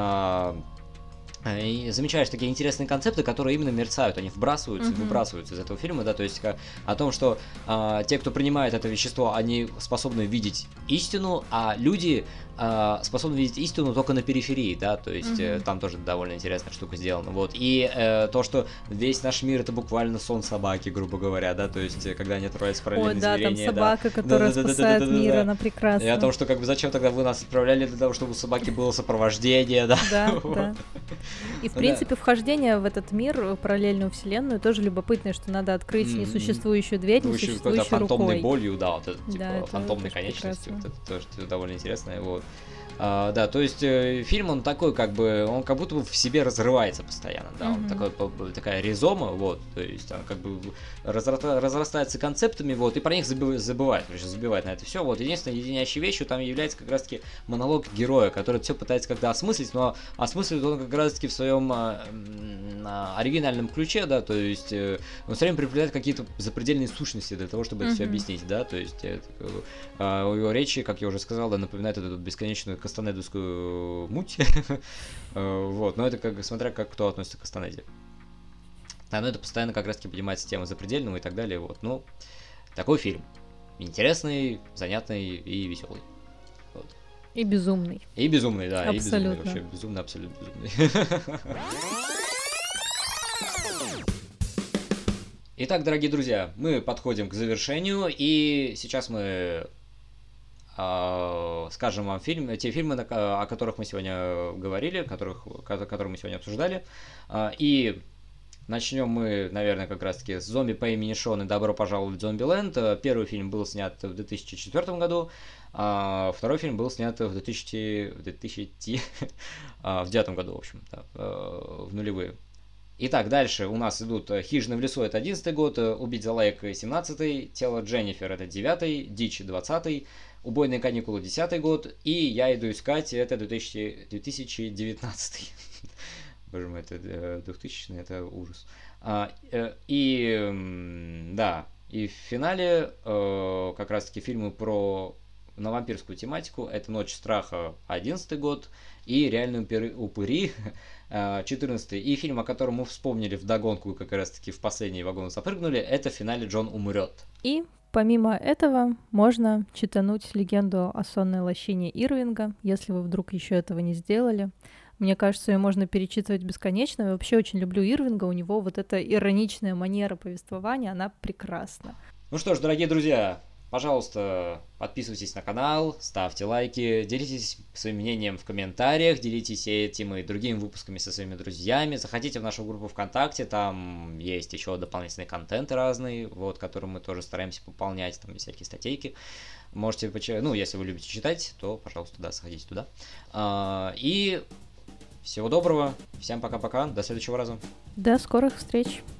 и замечаешь такие интересные концепты, которые именно мерцают, они выбрасываются из этого фильма, да, то есть о том, что те, кто принимает это вещество, они способны видеть истину, а люди способны видеть истину только на периферии, да, то есть там тоже довольно интересная штука сделана, вот, и то, что весь наш мир это буквально сон собаки, грубо говоря, да, то есть когда они отправляются в параллельное измерение, там собака, которая спасает мир, она прекрасна. И о том, что как бы зачем тогда вы нас отправляли для того, чтобы у собаки было сопровождение, да. Да. И, в принципе, вхождение в этот мир, параллельную вселенную, тоже любопытное, что надо открыть несуществующую дверь, несуществующую рукой. Фантомной болью, да, вот это, типа, фантомной конечностью, вот это тоже довольно интересное, вот. Да, то есть фильм, он такой, как бы, он как будто бы в себе разрывается постоянно, да, он такая ризома, вот, то есть он как бы разрастается концептами, вот, и про них забивает на это все, вот, единственной единящей вещью там является как раз-таки монолог героя, который все пытается когда осмыслить, но осмысливает он как раз-таки в своем оригинальном ключе, да, то есть он все время приплетает какие-то запредельные сущности для того, чтобы это все объяснить, да, то есть у его речи, как я уже сказал, да, напоминает эту бесконечную кастанедовскую муть, вот, но это как, смотря как кто относится к Кастанеде. Да, но это постоянно как раз-таки поднимается тема запредельного и так далее, вот, ну, такой фильм. Интересный, занятный и веселый. Вот. И безумный. И безумный, да, абсолютно. И безумный, вообще безумный, абсолютно безумный. Итак, дорогие друзья, мы подходим к завершению, и сейчас мы скажем вам те фильмы, о которых мы сегодня говорили, которые мы сегодня обсуждали. И начнем мы, наверное, как раз-таки с «Зомби по имени Шон» и «Добро пожаловать в Зомбиленд». Первый фильм был снят в 2004 году, а второй фильм был снят в 2009 году, в общем, да, в нулевые. Итак, дальше у нас идут «Хижина в лесу» — это 11 год, «Убить за лайк» — 17-й, «Тело Дженнифер» — это 9-й, «Дичь» — 20-й, «Убойные каникулы» — 10-й год, и «Я иду искать» — это 2019. Боже мой, это 2000-й, это ужас. И в финале как раз-таки фильмы на вампирскую тематику — это «Ночь страха» 11-й год и «Реальные упыри» 14-й. И фильм, о котором мы вспомнили вдогонку, как раз-таки в последний вагон запрыгнули, это в финале «Джон умрет». И помимо этого можно читануть «Легенду о сонной лощине» Ирвинга, если вы вдруг еще этого не сделали. Мне кажется, ее можно перечитывать бесконечно. Я вообще очень люблю Ирвинга, у него вот эта ироничная манера повествования, она прекрасна. Ну что ж, дорогие друзья, Пожалуйста, подписывайтесь на канал, ставьте лайки, делитесь своим мнением в комментариях, делитесь этим и другими выпусками со своими друзьями. Заходите в нашу группу ВКонтакте, там есть еще дополнительные контенты разные, вот, которые мы тоже стараемся пополнять, там всякие статейки. Можете, ну, если вы любите читать, то, пожалуйста, да, заходите туда. И всего доброго, всем пока-пока, до следующего раза. До скорых встреч!